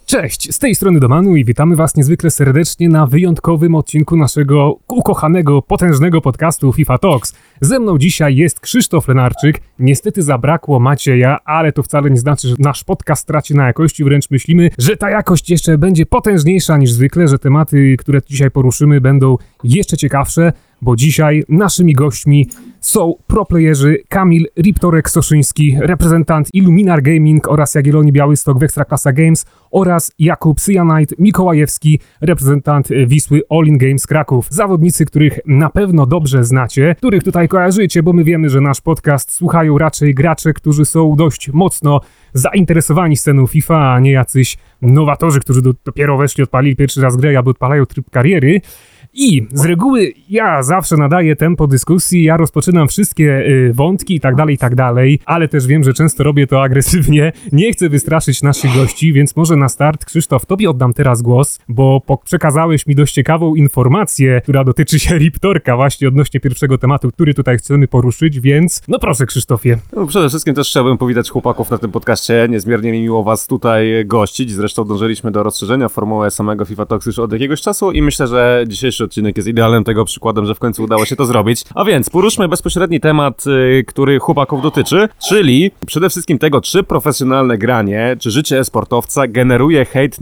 Cześć, z tej strony Domanu i witamy Was niezwykle serdecznie na wyjątkowym odcinku naszego ukochanego, potężnego podcastu FIFA Talks. Ze mną dzisiaj jest Krzysztof Lenarczyk. Niestety zabrakło Macieja, ale to wcale nie znaczy, że nasz podcast traci na jakości, wręcz myślimy, że ta jakość jeszcze będzie potężniejsza niż zwykle, że tematy, które dzisiaj poruszymy, będą jeszcze ciekawsze, bo dzisiaj naszymi gośćmi są proplayerzy Kamil Riptorek-Soszyński, reprezentant Illuminar Gaming oraz Jagiellonii Białystok w Ekstraklasa Games oraz Jakub Cyanide-Mikołajewski, reprezentant Wisły All In Games Kraków. Zawodnicy, których na pewno dobrze znacie, których tutaj kojarzycie, bo my wiemy, że nasz podcast słuchają raczej gracze, którzy są dość mocno zainteresowani sceną FIFA, a nie jacyś nowatorzy, którzy dopiero weszli, odpalili pierwszy raz grę albo odpalają tryb kariery. I z reguły ja zawsze nadaję tempo dyskusji, ja rozpoczynam wszystkie wątki i tak dalej, ale też wiem, że często robię to agresywnie, nie chcę wystraszyć naszych gości, więc może na start, Krzysztof, tobie oddam teraz głos, bo przekazałeś mi dość ciekawą informację, która dotyczy się Riptorka właśnie odnośnie pierwszego tematu, który tutaj chcemy poruszyć, więc no proszę, Krzysztofie. No, przede wszystkim też chciałbym powitać chłopaków na tym podcaście, niezmiernie mi miło was tutaj gościć, zresztą dążyliśmy do rozszerzenia formuły samego FIFA Talks już od jakiegoś czasu i myślę, że dzisiejszy odcinek jest idealnym tego przykładem, że w końcu udało się to zrobić. A więc poruszmy bezpośredni temat, który chłopaków dotyczy, czyli przede wszystkim tego, czy profesjonalne granie, czy życie e-sportowca generuje hejt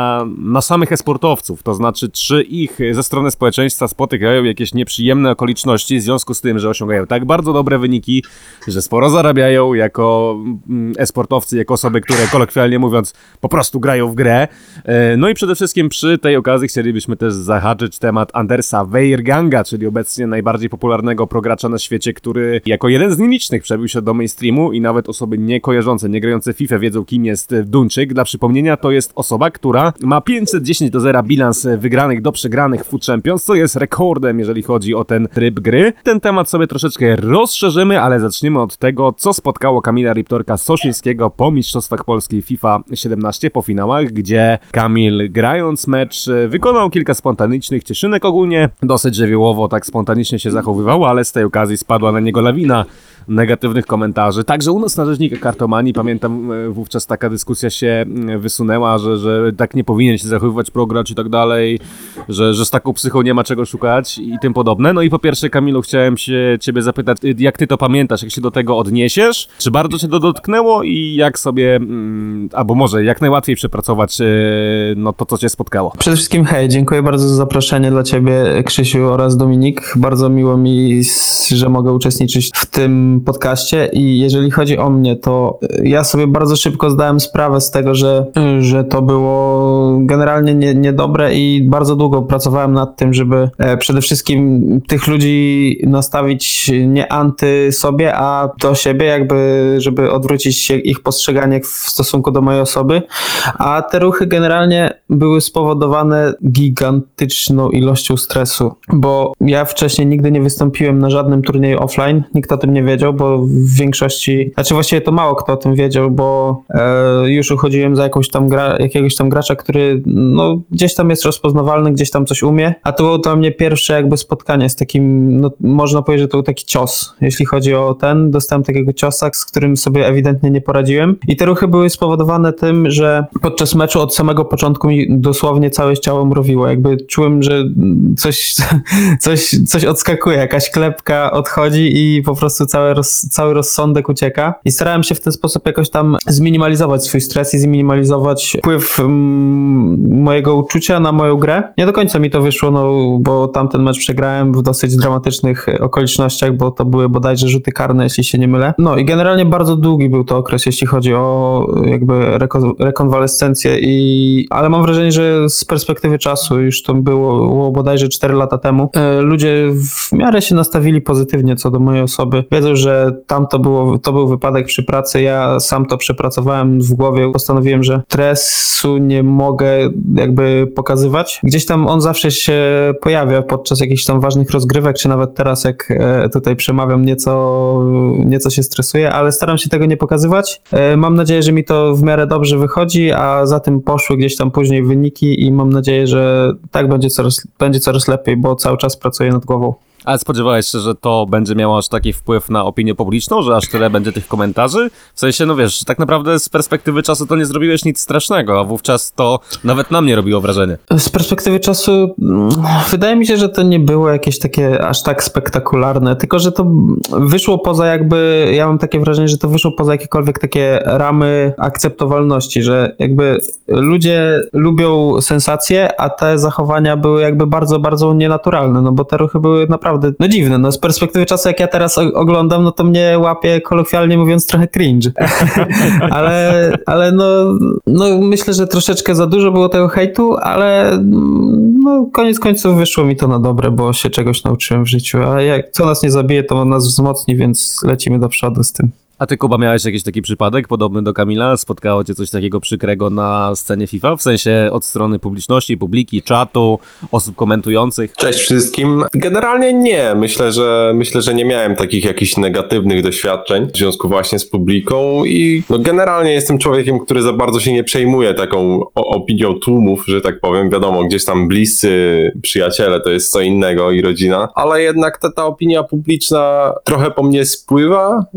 na samych e-sportowców, to znaczy, czy ich ze strony społeczeństwa spotykają jakieś nieprzyjemne okoliczności w związku z tym, że osiągają tak bardzo dobre wyniki, że sporo zarabiają jako e-sportowcy, jako osoby, które kolokwialnie mówiąc po prostu grają w grę. No i przede wszystkim przy tej okazji chcielibyśmy też zahaczyć temat Andersa Weirganga, czyli obecnie najbardziej popularnego progracza na świecie, który jako jeden z nielicznych przebił się do mainstreamu i nawet osoby niekojarzące, nie grające w FIFA wiedzą, kim jest Duńczyk. Dla przypomnienia, to jest osoba, która ma 510-0 bilans wygranych do przegranych w Foot Champions, co jest rekordem, jeżeli chodzi o ten tryb gry. Ten temat sobie troszeczkę rozszerzymy, ale zaczniemy od tego, co spotkało Kamila Riptorka-Soszyńskiego po Mistrzostwach Polski FIFA 17 po finałach, gdzie Kamil, grając mecz, wykonał kilka spontanicznych cieszynek, ogólnie dosyć żywiołowo, tak spontanicznie się zachowywał, ale z tej okazji spadła na niego lawina negatywnych komentarzy. Także u nas na Rzeźnika Kartomanii, pamiętam, wówczas taka dyskusja się wysunęła, że tak nie powinien się zachowywać progracz i tak dalej, że z taką psychą nie ma czego szukać i tym podobne. No i po pierwsze, Kamilu, chciałem się ciebie zapytać, jak ty to pamiętasz, jak się do tego odniesiesz? Czy bardzo cię to dotknęło i jak sobie, albo może jak najłatwiej przepracować no to, co cię spotkało? Przede wszystkim hej, dziękuję bardzo za zaproszenie dla ciebie, Krzysiu oraz Dominik. Bardzo miło mi, że mogę uczestniczyć w tym podcaście i jeżeli chodzi o mnie, to ja sobie bardzo szybko zdałem sprawę z tego, że to było generalnie niedobre i bardzo długo pracowałem nad tym, żeby przede wszystkim tych ludzi nastawić nie anty sobie, a do siebie, jakby żeby odwrócić się ich postrzeganie w stosunku do mojej osoby, a te ruchy generalnie były spowodowane gigantyczną ilością stresu, bo ja wcześniej nigdy nie wystąpiłem na żadnym turnieju offline, nikt o tym nie wiedział, bo w większości, znaczy właściwie to mało kto o tym wiedział, bo już uchodziłem za jakiegoś tam gracza, który no gdzieś tam jest rozpoznawalny, gdzieś tam coś umie, a to było dla mnie pierwsze jakby spotkanie z takim, no można powiedzieć, że to był taki cios, jeśli chodzi o dostałem takiego ciosa, z którym sobie ewidentnie nie poradziłem i te ruchy były spowodowane tym, że podczas meczu od samego początku mi dosłownie całe ciało mrowiło, jakby czułem, że coś odskakuje, jakaś klepka odchodzi i po prostu cały rozsądek ucieka i starałem się w ten sposób jakoś tam zminimalizować swój stres i zminimalizować wpływ mojego uczucia na moją grę. Nie do końca mi to wyszło, no bo tamten mecz przegrałem w dosyć dramatycznych okolicznościach, bo to były bodajże rzuty karne, jeśli się nie mylę. No i generalnie bardzo długi był to okres, jeśli chodzi o jakby rekonwalescencję ale mam wrażenie, że z perspektywy czasu, już to było bodajże 4 lata temu, ludzie w miarę się nastawili pozytywnie co do mojej osoby. Wiedzą, że to był wypadek przy pracy, ja sam to przepracowałem w głowie, postanowiłem, że stresu nie mogę jakby pokazywać. Gdzieś tam on zawsze się pojawia podczas jakichś tam ważnych rozgrywek, czy nawet teraz jak tutaj przemawiam nieco się stresuję, ale staram się tego nie pokazywać. Mam nadzieję, że mi to w miarę dobrze wychodzi, a za tym poszły gdzieś tam później wyniki i mam nadzieję, że tak będzie coraz lepiej, bo cały czas pracuję nad głową. Ale spodziewałeś się, że to będzie miało aż taki wpływ na opinię publiczną, że aż tyle będzie tych komentarzy? W sensie, no wiesz, tak naprawdę z perspektywy czasu to nie zrobiłeś nic strasznego, a wówczas to nawet na mnie robiło wrażenie. Z perspektywy czasu wydaje mi się, że to nie było jakieś takie aż tak spektakularne, tylko że to wyszło poza jakby, ja mam takie wrażenie, że to wyszło poza jakiekolwiek takie ramy akceptowalności, że jakby ludzie lubią sensacje, a te zachowania były jakby bardzo, bardzo nienaturalne, no bo te ruchy były naprawdę dziwne. No z perspektywy czasu, jak ja teraz oglądam, no to mnie łapie, kolokwialnie mówiąc, trochę cringe. ale no myślę, że troszeczkę za dużo było tego hejtu, ale no koniec końców wyszło mi to na dobre, bo się czegoś nauczyłem w życiu, a co nas nie zabije, to nas wzmocni, więc lecimy do przodu z tym. A ty, Kuba, miałeś jakiś taki przypadek podobny do Kamila? Spotkało cię coś takiego przykrego na scenie FIFA? W sensie od strony publiczności, publiki, czatu, osób komentujących? Cześć wszystkim. Generalnie nie. Myślę, że nie miałem takich jakichś negatywnych doświadczeń w związku właśnie z publiką i generalnie jestem człowiekiem, który za bardzo się nie przejmuje taką opinią tłumów, że tak powiem. Wiadomo, gdzieś tam bliscy przyjaciele to jest co innego i rodzina, ale jednak ta opinia publiczna trochę po mnie spływa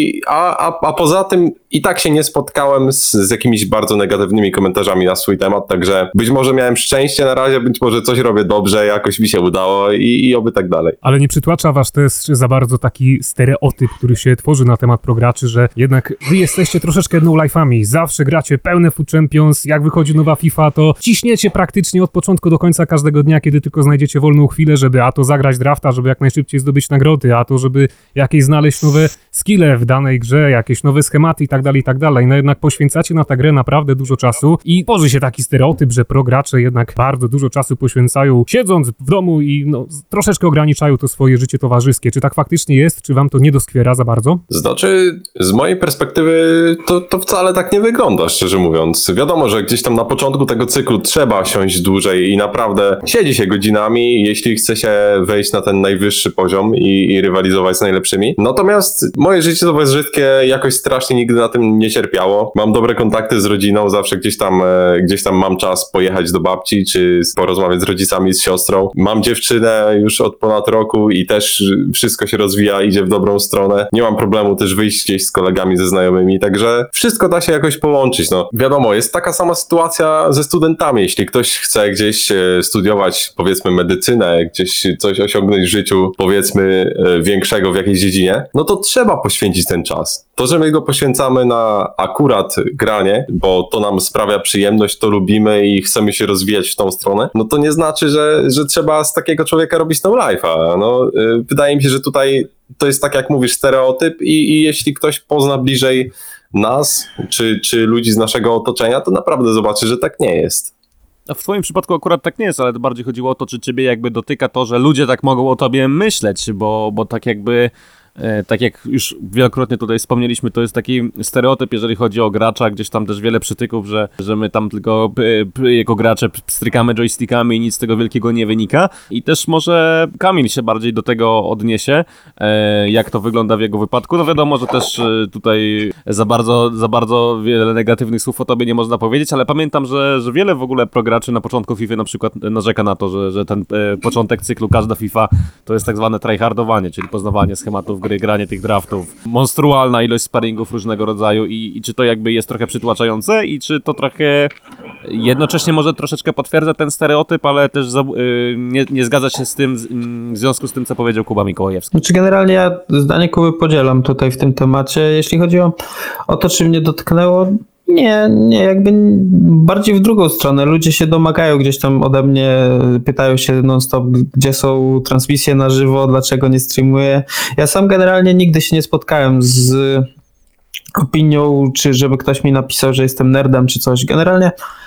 a poza tym i tak się nie spotkałem z jakimiś bardzo negatywnymi komentarzami na swój temat, także być może miałem szczęście na razie, być może coś robię dobrze, jakoś mi się udało i oby tak dalej. Ale nie przytłacza was też za bardzo taki stereotyp, który się tworzy na temat prograczy, że jednak wy jesteście troszeczkę no-life'ami, zawsze gracie pełne Food Champions, jak wychodzi nowa FIFA, to ciśniecie praktycznie od początku do końca każdego dnia, kiedy tylko znajdziecie wolną chwilę, żeby a to zagrać drafta, żeby jak najszybciej zdobyć nagrody, a to żeby jakieś znaleźć nowe skille w danej grze, jakieś nowe schematy i tak dalej. No jednak poświęcacie na tę grę naprawdę dużo czasu i tworzy się taki stereotyp, że progracze jednak bardzo dużo czasu poświęcają siedząc w domu i troszeczkę ograniczają to swoje życie towarzyskie. Czy tak faktycznie jest? Czy wam to nie doskwiera za bardzo? Znaczy, z mojej perspektywy to wcale tak nie wygląda, szczerze mówiąc. Wiadomo, że gdzieś tam na początku tego cyklu trzeba siąść dłużej i naprawdę siedzi się godzinami, jeśli chce się wejść na ten najwyższy poziom i rywalizować z najlepszymi. Natomiast moje życie towarzyskie jakoś strasznie nigdy na tym nie cierpiało. Mam dobre kontakty z rodziną, zawsze gdzieś tam mam czas pojechać do babci, czy porozmawiać z rodzicami, z siostrą. Mam dziewczynę już od ponad roku i też wszystko się rozwija, idzie w dobrą stronę. Nie mam problemu też wyjść gdzieś z kolegami, ze znajomymi, także wszystko da się jakoś połączyć. No, wiadomo, jest taka sama sytuacja ze studentami. Jeśli ktoś chce gdzieś studiować, powiedzmy, medycynę, gdzieś coś osiągnąć w życiu, powiedzmy, większego w jakiejś dziedzinie, no to trzeba poświęcić ten czas. To, że my go poświęcamy na akurat granie, bo to nam sprawia przyjemność, to lubimy i chcemy się rozwijać w tą stronę, no to nie znaczy, że trzeba z takiego człowieka robić no life'a. No, wydaje mi się, że tutaj to jest tak jak mówisz, stereotyp i jeśli ktoś pozna bliżej nas, czy ludzi z naszego otoczenia, to naprawdę zobaczy, że tak nie jest. A w twoim przypadku akurat tak nie jest, ale bardziej chodziło o to, czy ciebie jakby dotyka to, że ludzie tak mogą o tobie myśleć, bo tak jakby... Tak jak już wielokrotnie tutaj wspomnieliśmy, to jest taki stereotyp, jeżeli chodzi o gracza, gdzieś tam też wiele przytyków, że my tam tylko jako gracze strykamy joystickami i nic z tego wielkiego nie wynika. I też może Kamil się bardziej do tego odniesie, jak to wygląda w jego wypadku. No wiadomo, że też tutaj za bardzo wiele negatywnych słów o tobie nie można powiedzieć, ale pamiętam, że wiele w ogóle prograczy na początku FIFA na przykład narzeka na to, że ten początek cyklu, każda FIFA to jest tak zwane tryhardowanie, czyli poznawanie schematów gry, granie tych draftów, monstrualna ilość sparingów różnego rodzaju i czy to jakby jest trochę przytłaczające i czy to trochę jednocześnie może troszeczkę potwierdza ten stereotyp, ale też nie zgadza się z tym w związku z tym, co powiedział Kuba Mikołajewski. Znaczy generalnie ja zdanie Kuby podzielam tutaj w tym temacie. Jeśli chodzi o to, czy mnie dotknęło, nie, jakby bardziej w drugą stronę. Ludzie się domagają gdzieś tam ode mnie, pytają się non-stop, gdzie są transmisje na żywo, dlaczego nie streamuję. Ja sam generalnie nigdy się nie spotkałem z opinią, czy żeby ktoś mi napisał, że jestem nerdem, czy coś. Generalnie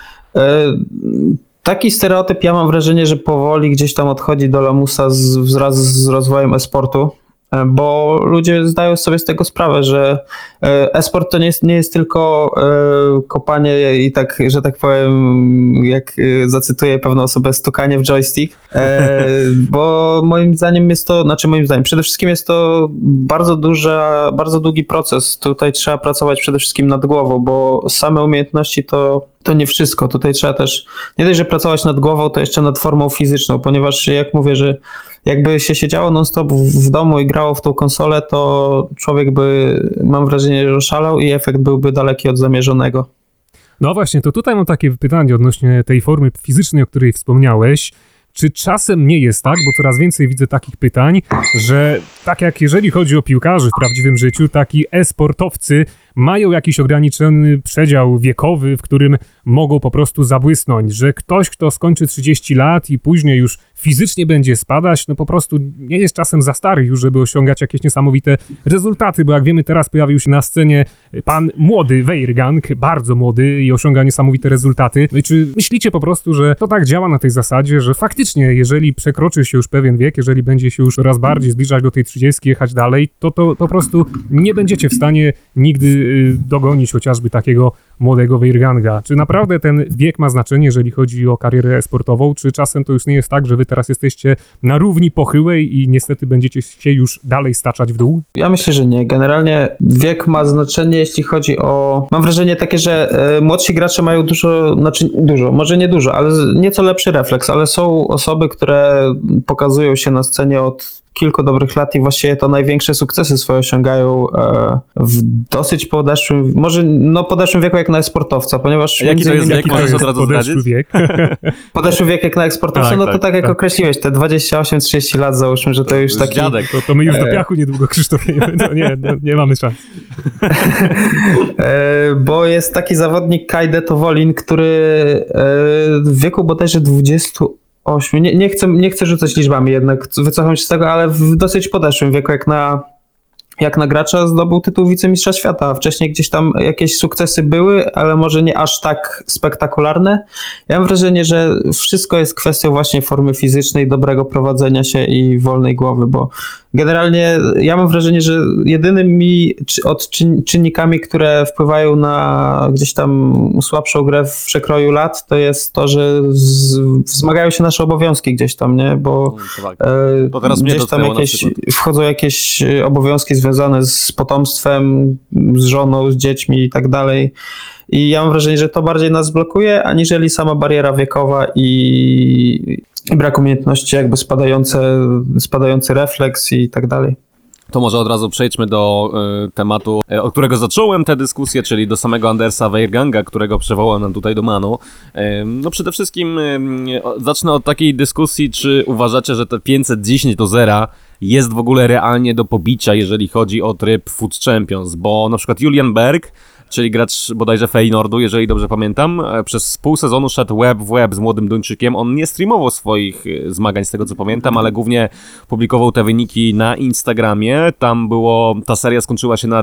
taki stereotyp, ja mam wrażenie, że powoli gdzieś tam odchodzi do lamusa wraz z rozwojem e-sportu. Bo ludzie zdają sobie z tego sprawę, że e-sport to nie jest tylko kopanie i tak, że tak powiem, jak zacytuję pewną osobę, stukanie w joystick, bo moim zdaniem przede wszystkim jest to bardzo długi proces. Tutaj trzeba pracować przede wszystkim nad głową, bo same umiejętności to nie wszystko. Tutaj trzeba też nie dość, że pracować nad głową, to jeszcze nad formą fizyczną, ponieważ jak mówię, że jakby się siedziało non-stop w domu i grało w tą konsolę, to człowiek by, mam wrażenie, że szalał i efekt byłby daleki od zamierzonego. No właśnie, to tutaj mam takie pytanie odnośnie tej formy fizycznej, o której wspomniałeś. Czy czasem nie jest tak, bo coraz więcej widzę takich pytań, że tak jak jeżeli chodzi o piłkarzy w prawdziwym życiu, taki e-sportowcy mają jakiś ograniczony przedział wiekowy, w którym mogą po prostu zabłysnąć, że ktoś, kto skończy 30 lat i później już fizycznie będzie spadać, no po prostu nie jest czasem za stary już, żeby osiągać jakieś niesamowite rezultaty, bo jak wiemy, teraz pojawił się na scenie pan młody Weirgang, bardzo młody i osiąga niesamowite rezultaty. No i czy myślicie po prostu, że to tak działa na tej zasadzie, że faktycznie, jeżeli przekroczy się już pewien wiek, jeżeli będzie się już coraz bardziej zbliżać do tej 30, jechać dalej, to po prostu nie będziecie w stanie nigdy dogonić chociażby takiego młodego Weirganga. Czy naprawdę ten wiek ma znaczenie, jeżeli chodzi o karierę sportową, czy czasem to już nie jest tak, że wy teraz jesteście na równi pochyłej i niestety będziecie się już dalej staczać w dół? Ja myślę, że nie. Generalnie wiek ma znaczenie, jeśli chodzi o... Mam wrażenie takie, że młodsi gracze mają dużo, może nie dużo, ale nieco lepszy refleks, ale są osoby, które pokazują się na scenie od kilku dobrych lat i właściwie to największe sukcesy swoje osiągają w dosyć podeszłym, może podeszłym wieku jak na sportowca, ponieważ... Jaki to jest wiek? Możesz od razu podeszły wiek? Podeszły wiek jak na sportowca, tak jak określiłeś, te 28-30 lat załóżmy, że to już taki... Dziadek. To my już do piachu niedługo, Krzysztofie, nie mamy szans. Bo jest taki zawodnik Kajde Towolin, który w wieku bodajże 28, nie chcę rzucać liczbami jednak, wycofam się z tego, ale w dosyć podeszłym wieku jak na gracza zdobył tytuł wicemistrza świata. Wcześniej gdzieś tam jakieś sukcesy były, ale może nie aż tak spektakularne. Ja mam wrażenie, że wszystko jest kwestią właśnie formy fizycznej, dobrego prowadzenia się i wolnej głowy, bo generalnie ja mam wrażenie, że jedynymi czynnikami, które wpływają na gdzieś tam słabszą grę w przekroju lat, to jest to, że wzmagają się nasze obowiązki gdzieś tam, nie? Bo to teraz mnie gdzieś tam wchodzą jakieś obowiązki związane z potomstwem, z żoną, z dziećmi i tak dalej. I ja mam wrażenie, że to bardziej nas blokuje, aniżeli sama bariera wiekowa i brak umiejętności, jakby spadający refleks i tak dalej. To może od razu przejdźmy do tematu, od którego zacząłem tę dyskusję, czyli do samego Andersa Weirganga, którego przywołałem nam tutaj do Manu. No przede wszystkim zacznę od takiej dyskusji, czy uważacie, że te 510-0 jest w ogóle realnie do pobicia, jeżeli chodzi o tryb Foot Champions, bo na przykład Julian Berg, czyli gracz bodajże Feynordu, jeżeli dobrze pamiętam, przez pół sezonu szedł łeb w łeb z młodym Duńczykiem. On nie streamował swoich zmagań, z tego co pamiętam, ale głównie publikował te wyniki na Instagramie. Tam ta seria skończyła się na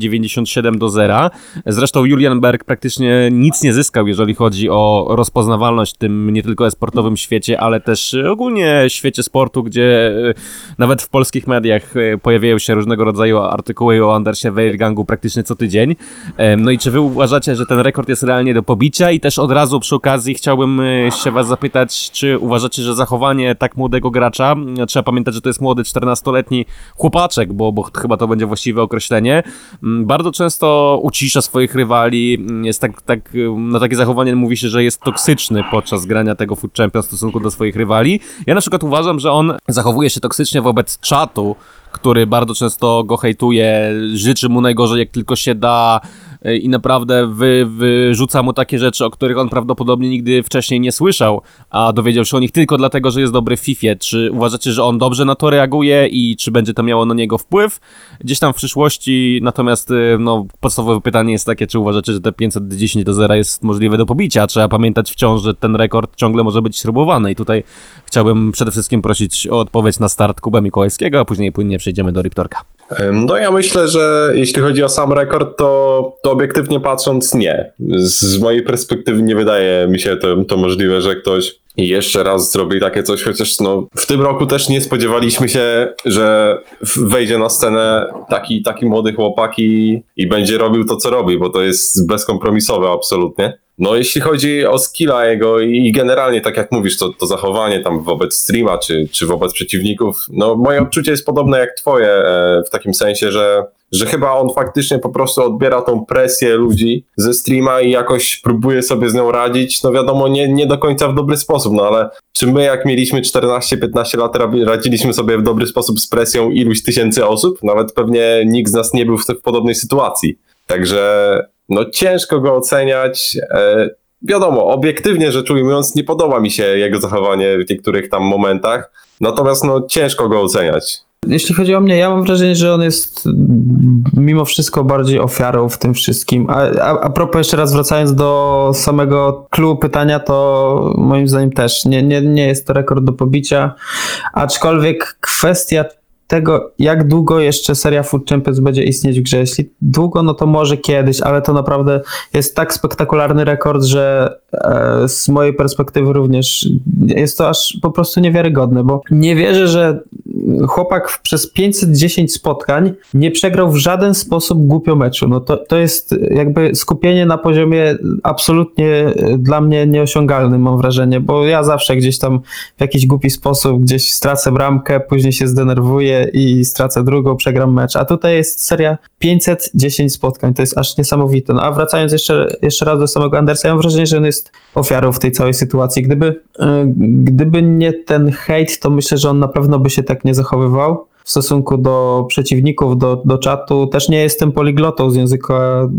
297-0. Zresztą Julian Berg praktycznie nic nie zyskał, jeżeli chodzi o rozpoznawalność w tym nie tylko e-sportowym świecie, ale też ogólnie świecie sportu, gdzie nawet w polskich mediach pojawiają się różnego rodzaju artykuły o Andersie Weirgangu praktycznie co tydzień. No i czy wy uważacie, że ten rekord jest realnie do pobicia? I też od razu przy okazji chciałbym się was zapytać, czy uważacie, że zachowanie tak młodego gracza, trzeba pamiętać, że to jest młody 14-letni chłopaczek, bo chyba to będzie właściwe określenie, bardzo często ucisza swoich rywali, jest na takie zachowanie mówi się, że jest toksyczny podczas grania tego Foot Champions w stosunku do swoich rywali. Ja na przykład uważam, że on zachowuje się toksycznie wobec czatu, który bardzo często go hejtuje, życzy mu najgorzej jak tylko się da i naprawdę wyrzuca mu takie rzeczy, o których on prawdopodobnie nigdy wcześniej nie słyszał, a dowiedział się o nich tylko dlatego, że jest dobry w Fifie. Czy uważacie, że on dobrze na to reaguje i czy będzie to miało na niego wpływ gdzieś tam w przyszłości? Natomiast podstawowe pytanie jest takie, czy uważacie, że te 510-0 jest możliwe do pobicia? Trzeba pamiętać wciąż, że ten rekord ciągle może być śrubowany i tutaj chciałbym przede wszystkim prosić o odpowiedź na start Kuba Mikołajskiego, a później płynnie przejdziemy do Riptorka. No ja myślę, że jeśli chodzi o sam rekord, to obiektywnie patrząc nie. Z mojej perspektywy nie wydaje mi się to możliwe, że ktoś jeszcze raz zrobi takie coś, chociaż w tym roku też nie spodziewaliśmy się, że wejdzie na scenę taki młody chłopak i będzie robił to, co robi, bo to jest bezkompromisowe absolutnie. no jeśli chodzi o skilla jego i generalnie, tak jak mówisz, to zachowanie tam wobec streama czy wobec przeciwników, no moje odczucie jest podobne jak twoje, w takim sensie, że chyba on faktycznie po prostu odbiera tą presję ludzi ze streama i jakoś próbuje sobie z nią radzić, no wiadomo, nie do końca w dobry sposób, no ale czy my jak mieliśmy 14-15 lat radziliśmy sobie w dobry sposób z presją iluś tysięcy osób? Nawet pewnie nikt z nas nie był w podobnej sytuacji. Także no ciężko go oceniać. Wiadomo, obiektywnie rzecz ujmując, nie podoba mi się jego zachowanie w niektórych tam momentach, natomiast no ciężko go oceniać. Jeśli chodzi o mnie, ja mam wrażenie, że on jest mimo wszystko bardziej ofiarą w tym wszystkim. A propos, jeszcze raz wracając do samego clou pytania, to moim zdaniem też nie jest to rekord do pobicia, aczkolwiek kwestia tego, jak długo jeszcze seria Food Champions będzie istnieć w grze. Jeśli długo, no to może kiedyś, ale to naprawdę jest tak spektakularny rekord, że z mojej perspektywy również jest to aż po prostu niewiarygodne, bo nie wierzę, że chłopak przez 510 spotkań nie przegrał w żaden sposób głupio meczu. No to jest jakby skupienie na poziomie absolutnie dla mnie nieosiągalnym, mam wrażenie, bo ja zawsze gdzieś tam w jakiś głupi sposób gdzieś stracę bramkę, później się zdenerwuję i stracę drugą, przegram mecz. A tutaj jest seria 510 spotkań, to jest aż niesamowite. No, a wracając jeszcze raz do samego Andersa, ja mam wrażenie, że on jest ofiarą w tej całej sytuacji. Gdyby nie ten hejt, to myślę, że on na pewno by się tak nie zachowywał w stosunku do przeciwników, do czatu. Też nie jestem poliglotą z języka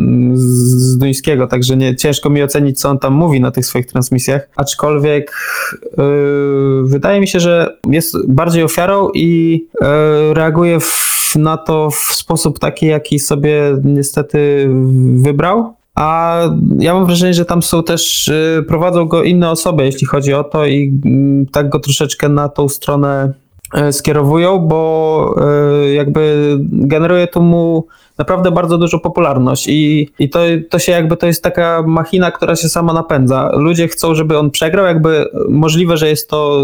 z duńskiego, także ciężko mi ocenić, co on tam mówi na tych swoich transmisjach. Aczkolwiek wydaje mi się, że jest bardziej ofiarą i reaguje na to w sposób taki, jaki sobie niestety wybrał. A ja mam wrażenie, że tam są też, prowadzą go inne osoby, jeśli chodzi o to i tak go troszeczkę na tą stronę skierowują, bo jakby generuje tu mu naprawdę bardzo dużą popularność i to się jakby to jest taka machina, która się sama napędza. Ludzie chcą, żeby on przegrał, jakby możliwe, że jest to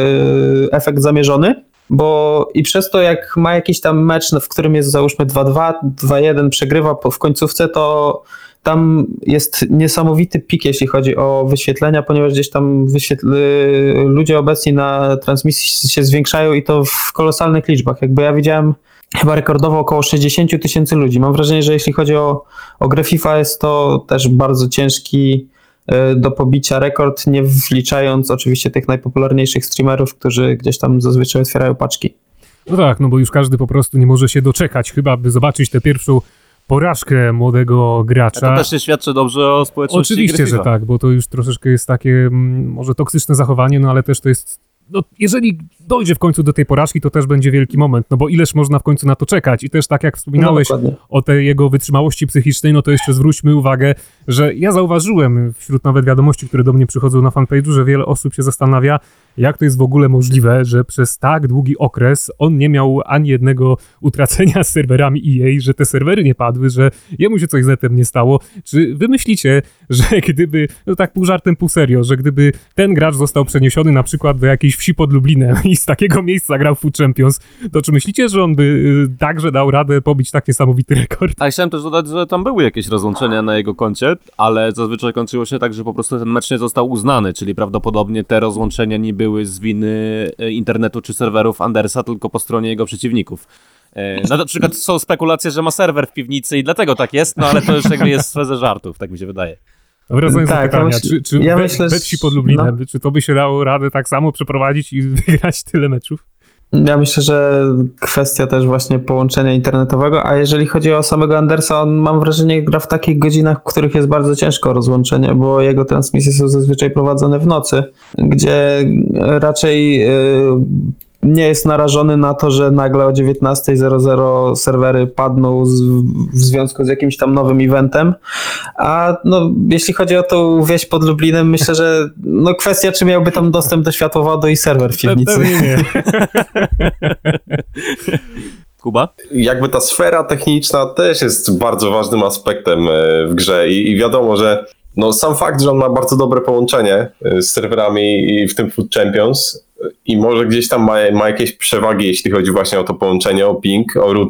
efekt zamierzony, bo i przez to jak ma jakiś tam mecz, w którym jest załóżmy 2-2, 2-1, przegrywa w końcówce, to tam jest niesamowity pik, jeśli chodzi o wyświetlenia, ponieważ gdzieś tam ludzie obecni na transmisji się zwiększają i to w kolosalnych liczbach. Jakby ja widziałem chyba rekordowo około 60 000 ludzi. Mam wrażenie, że jeśli chodzi o grę FIFA, jest to też bardzo ciężki do pobicia rekord, nie wliczając oczywiście tych najpopularniejszych streamerów, którzy gdzieś tam zazwyczaj otwierają paczki. No tak, no bo już każdy po prostu nie może się doczekać chyba, by zobaczyć tę pierwszą porażkę młodego gracza. To też się świadczy dobrze o społeczności. Oczywiście, że tak, bo to już troszeczkę jest takie może toksyczne zachowanie, no ale też to jest, no jeżeli dojdzie w końcu do tej porażki, to też będzie wielki moment, no bo ileż można w końcu na to czekać i też tak jak wspominałeś o tej jego wytrzymałości psychicznej, no to jeszcze zwróćmy uwagę, że ja zauważyłem wśród nawet wiadomości, które do mnie przychodzą na fanpage'u, że wiele osób się zastanawia, jak to jest w ogóle możliwe, że przez tak długi okres on nie miał ani jednego utracenia z serwerami EA, że te serwery nie padły, że jemu się coś z netem nie stało. Czy wy myślicie, że gdyby, no tak pół żartem, pół serio, że gdyby ten gracz został przeniesiony na przykład do jakiejś wsi pod Lublinem i z takiego miejsca grał Food Champions, to czy myślicie, że on by także dał radę pobić tak niesamowity rekord? A chciałem też dodać, że tam były jakieś rozłączenia na jego koncie, ale zazwyczaj kończyło się tak, że po prostu ten mecz nie został uznany, czyli prawdopodobnie te rozłączenia nie były z winy internetu czy serwerów Andersa, tylko po stronie jego przeciwników. No na przykład są spekulacje, że ma serwer w piwnicy i dlatego tak jest, no ale to już jakby jest w sferze żartów, tak mi się wydaje. Wracając do pytania, czy ja we myślę, wsi pod Lublinem, czy to by się dało radę tak samo przeprowadzić i wygrać tyle meczów? Ja myślę, że kwestia też właśnie połączenia internetowego, a jeżeli chodzi o samego Andersa, on mam wrażenie gra w takich godzinach, w których jest bardzo ciężko o rozłączenie, bo jego transmisje są zazwyczaj prowadzone w nocy, gdzie raczej nie jest narażony na to, że nagle o 19:00 serwery padną w związku z jakimś tam nowym eventem. A no, jeśli chodzi o tą wieś pod Lublinem, myślę, że no kwestia, czy miałby tam dostęp do światłowodu i serwer w piwnicy. Pewnie nie. Kuba? Jakby ta sfera techniczna też jest bardzo ważnym aspektem w grze i wiadomo, że no sam fakt, że on ma bardzo dobre połączenie z serwerami i w tym Food Champions i może gdzieś tam ma jakieś przewagi, jeśli chodzi właśnie o to połączenie, o ping, o routing,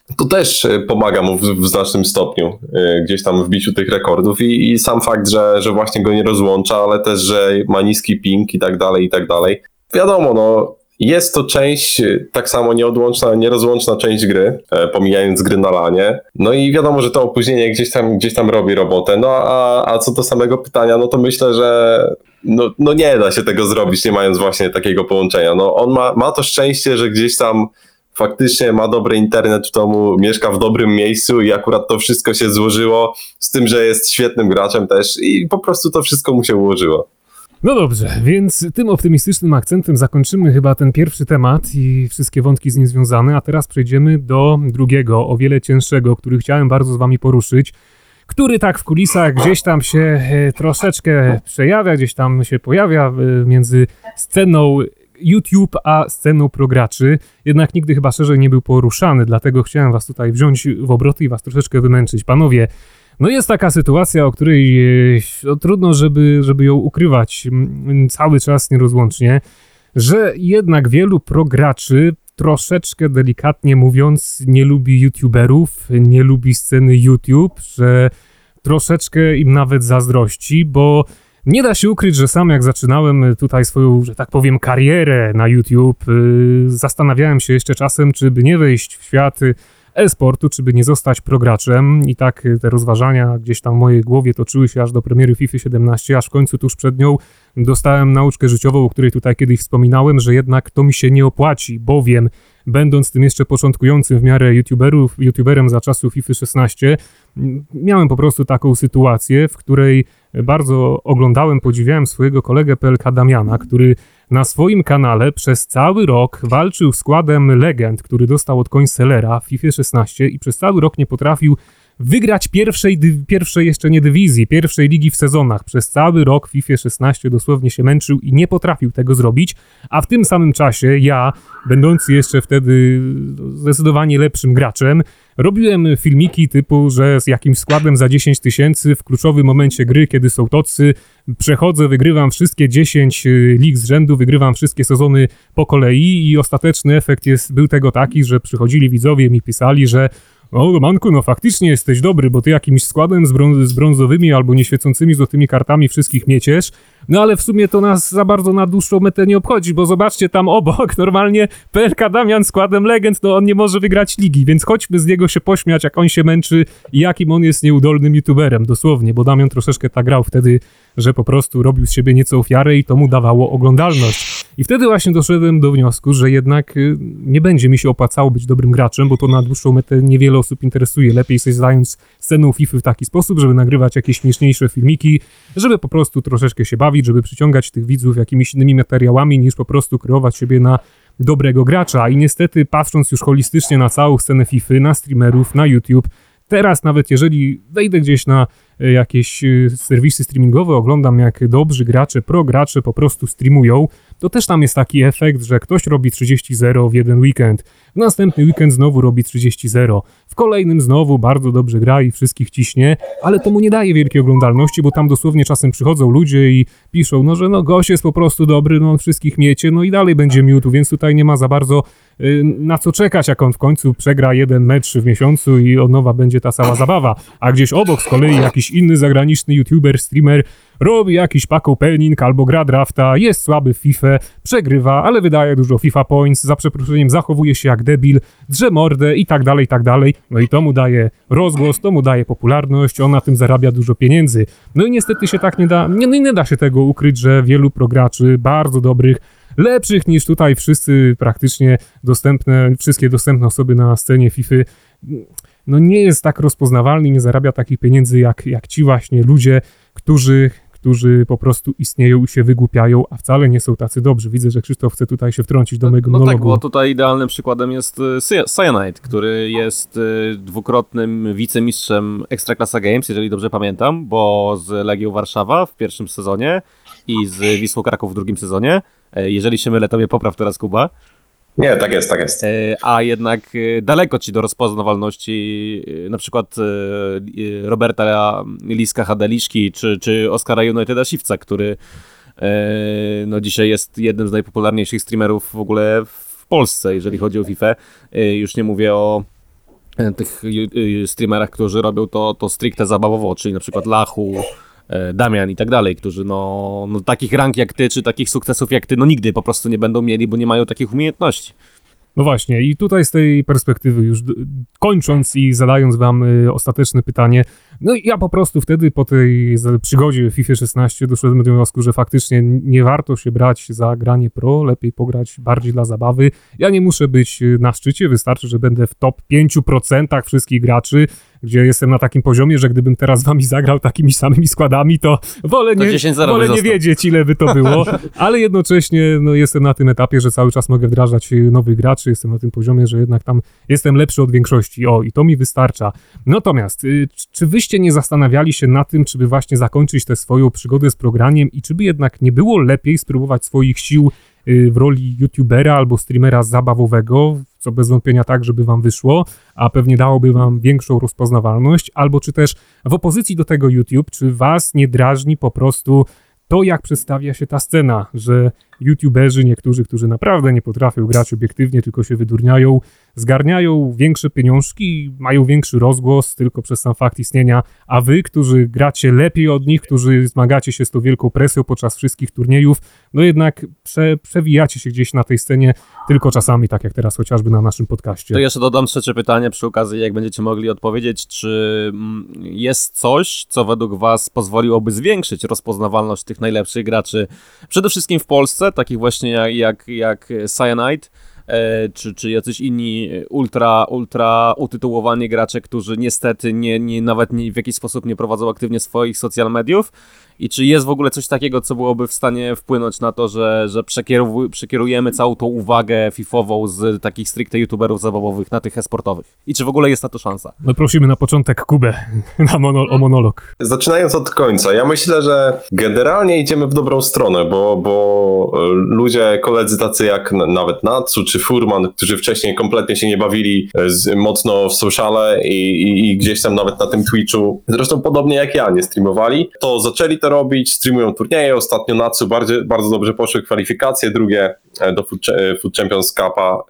to też pomaga mu w znacznym stopniu gdzieś tam w biciu tych rekordów i sam fakt, że właśnie go nie rozłącza, ale też, że ma niski ping i tak dalej, i tak dalej. Wiadomo, no jest to część tak samo nierozłączna część gry, pomijając gry na lanie. No i wiadomo, że to opóźnienie gdzieś tam robi robotę. No a co do samego pytania, no to myślę, że no nie da się tego zrobić, nie mając właśnie takiego połączenia. No on ma to szczęście, że gdzieś tam faktycznie ma dobry internet w domu, mieszka w dobrym miejscu i akurat to wszystko się złożyło z tym, że jest świetnym graczem też i po prostu to wszystko mu się ułożyło. No dobrze, więc tym optymistycznym akcentem zakończymy chyba ten pierwszy temat i wszystkie wątki z nim związane, a teraz przejdziemy do drugiego, o wiele cięższego, który chciałem bardzo z wami poruszyć, który tak w kulisach gdzieś tam się troszeczkę przejawia, gdzieś tam się pojawia między sceną YouTube a sceną prograczy, jednak nigdy chyba szerzej nie był poruszany, dlatego chciałem was tutaj wziąć w obroty i was troszeczkę wymęczyć. Panowie, no jest taka sytuacja, o której trudno, żeby ją ukrywać cały czas nierozłącznie, że jednak wielu prograczy troszeczkę delikatnie mówiąc nie lubi YouTuberów, nie lubi sceny YouTube, że troszeczkę im nawet zazdrości, bo nie da się ukryć, że sam jak zaczynałem tutaj swoją, że tak powiem, karierę na YouTube, zastanawiałem się jeszcze czasem, czy by nie wejść w świat e-sportu, czy by nie zostać prograczem i tak te rozważania gdzieś tam w mojej głowie toczyły się aż do premiery FIFA 17, aż w końcu tuż przed nią dostałem nauczkę życiową, o której tutaj kiedyś wspominałem, że jednak to mi się nie opłaci, bowiem będąc tym jeszcze początkującym w miarę youtuberem za czasów FIFA 16, miałem po prostu taką sytuację, w której bardzo oglądałem, podziwiałem swojego kolegę PLK Damiana, który na swoim kanale przez cały rok walczył składem legend, który dostał od Coinsellera w FIFA 16 i przez cały rok nie potrafił wygrać pierwszej jeszcze nie dywizji, pierwszej ligi w sezonach. Przez cały rok w FIFA 16 dosłownie się męczył i nie potrafił tego zrobić, a w tym samym czasie ja, będący jeszcze wtedy zdecydowanie lepszym graczem, robiłem filmiki typu, że z jakimś składem za 10 000 w kluczowym momencie gry, kiedy są tocy, przechodzę, wygrywam wszystkie 10 lig z rzędu, wygrywam wszystkie sezony po kolei i ostateczny efekt był tego taki, że przychodzili widzowie i mi pisali, że o, Romanku, no faktycznie jesteś dobry, bo ty jakimś składem z brązowymi albo nieświecącymi złotymi kartami wszystkich mieciesz, no ale w sumie to nas za bardzo na dłuższą metę nie obchodzi, bo zobaczcie tam obok, normalnie PLK Damian składem legend, no on nie może wygrać ligi, więc chodźmy z niego się pośmiać, jak on się męczy i jakim on jest nieudolnym youtuberem, dosłownie, bo Damian troszeczkę tak grał wtedy, że po prostu robił z siebie nieco ofiarę i to mu dawało oglądalność. I wtedy właśnie doszedłem do wniosku, że jednak nie będzie mi się opłacało być dobrym graczem, bo to na dłuższą metę niewiele osób interesuje. Lepiej sobie zająć sceną FIFA w taki sposób, żeby nagrywać jakieś śmieszniejsze filmiki, żeby po prostu troszeczkę się bawić, żeby przyciągać tych widzów jakimiś innymi materiałami, niż po prostu kreować siebie na dobrego gracza. I niestety, patrząc już holistycznie na całą scenę FIFA, na streamerów, na YouTube, teraz nawet jeżeli wejdę gdzieś na jakieś serwisy streamingowe, oglądam jak dobrzy gracze, pro gracze po prostu streamują, to też tam jest taki efekt, że ktoś robi 30-0 w jeden weekend, w następny weekend znowu robi 30-0, w kolejnym znowu bardzo dobrze gra i wszystkich ciśnie, ale to mu nie daje wielkiej oglądalności, bo tam dosłownie czasem przychodzą ludzie i piszą, no że no gość jest po prostu dobry, no on wszystkich miecie, no i dalej będzie miótł, więc tutaj nie ma za bardzo na co czekać, jak on w końcu przegra jeden mecz w miesiącu i od nowa będzie ta cała zabawa, a gdzieś obok z kolei jakiś inny zagraniczny youtuber, streamer robi jakiś pack opening albo gra drafta, jest słaby w FIFA, przegrywa, ale wydaje dużo FIFA points, za przeproszeniem zachowuje się jak debil, drze mordę i tak dalej, i tak dalej. No i to mu daje rozgłos, to mu daje popularność, on na tym zarabia dużo pieniędzy. No i niestety się tak nie da się tego ukryć, że wielu prograczy, bardzo dobrych, lepszych niż tutaj wszyscy praktycznie wszystkie dostępne osoby na scenie FIFA, no nie jest tak rozpoznawalny i nie zarabia takich pieniędzy jak ci właśnie ludzie, którzy po prostu istnieją i się wygłupiają, a wcale nie są tacy dobrzy. Widzę, że Krzysztof chce tutaj się wtrącić do mojego monologu. No tak, bo tutaj idealnym przykładem jest Cyanide, który jest dwukrotnym wicemistrzem Ekstraklasa Games, jeżeli dobrze pamiętam, bo z Legią Warszawa w pierwszym sezonie i z Wisłą Kraków w drugim sezonie. Jeżeli się mylę, to mnie popraw teraz, Kuba. Nie, tak jest, tak jest. A jednak daleko ci do rozpoznawalności na przykład Roberta Liska Hadeliszki czy Oskara Uniteda Siwca, który no dzisiaj jest jednym z najpopularniejszych streamerów w ogóle w Polsce, jeżeli chodzi o FIFA. Już nie mówię o tych streamerach, którzy robią to stricte zabawowo, czyli na przykład Lachu, Damian i tak dalej, którzy no takich rank jak ty, czy takich sukcesów jak ty, no nigdy po prostu nie będą mieli, bo nie mają takich umiejętności. No właśnie, i tutaj z tej perspektywy już kończąc i zadając wam ostateczne pytanie, no i ja po prostu wtedy po tej przygodzie w FIFA 16 doszedłem do wniosku, że faktycznie nie warto się brać za granie pro, lepiej pograć bardziej dla zabawy. Ja nie muszę być na szczycie, wystarczy, że będę w top 5% wszystkich graczy, gdzie jestem na takim poziomie, że gdybym teraz z wami zagrał takimi samymi składami, to wolę nie wiedzieć, ile by to było, ale jednocześnie no, jestem na tym etapie, że cały czas mogę wdrażać nowych graczy, jestem na tym poziomie, że jednak tam jestem lepszy od większości, i to mi wystarcza. Natomiast, czy wyście nie zastanawiali się na tym, czy by właśnie zakończyć tę swoją przygodę z programem i czy by jednak nie było lepiej spróbować swoich sił w roli youtubera albo streamera zabawowego, co bez wątpienia tak, żeby wam wyszło, a pewnie dałoby wam większą rozpoznawalność, albo czy też w opozycji do tego YouTube, czy was nie drażni po prostu to, jak przedstawia się ta scena, że youtuberzy niektórzy, którzy naprawdę nie potrafią grać obiektywnie, tylko się wydurniają, zgarniają większe pieniążki, mają większy rozgłos tylko przez sam fakt istnienia, a wy, którzy gracie lepiej od nich, którzy zmagacie się z tą wielką presją podczas wszystkich turniejów, no jednak przewijacie się gdzieś na tej scenie tylko czasami, tak jak teraz chociażby na naszym podcaście. To jeszcze dodam trzecie pytanie przy okazji, jak będziecie mogli odpowiedzieć, czy jest coś, co według was pozwoliłoby zwiększyć rozpoznawalność tych najlepszych graczy, przede wszystkim w Polsce, takich właśnie jak Cyanide, czy jacyś inni ultra utytułowani gracze, którzy niestety nawet w jakiś sposób nie prowadzą aktywnie swoich social mediów, i czy jest w ogóle coś takiego, co byłoby w stanie wpłynąć na to, że przekierujemy całą tą uwagę fifową z takich stricte youtuberów zabawowych na tych e-sportowych? I czy w ogóle jest na to szansa? No prosimy na początek Kubę o monolog. Zaczynając od końca, ja myślę, że generalnie idziemy w dobrą stronę, bo ludzie, koledzy tacy jak nawet Natsu czy Furman, którzy wcześniej kompletnie się nie bawili mocno w sociale i gdzieś tam nawet na tym Twitchu, zresztą podobnie jak ja, nie streamowali, to zaczęli to robić, streamują turnieje. Ostatnio Natsu bardzo dobrze poszły kwalifikacje, drugie do Food Champions Cupa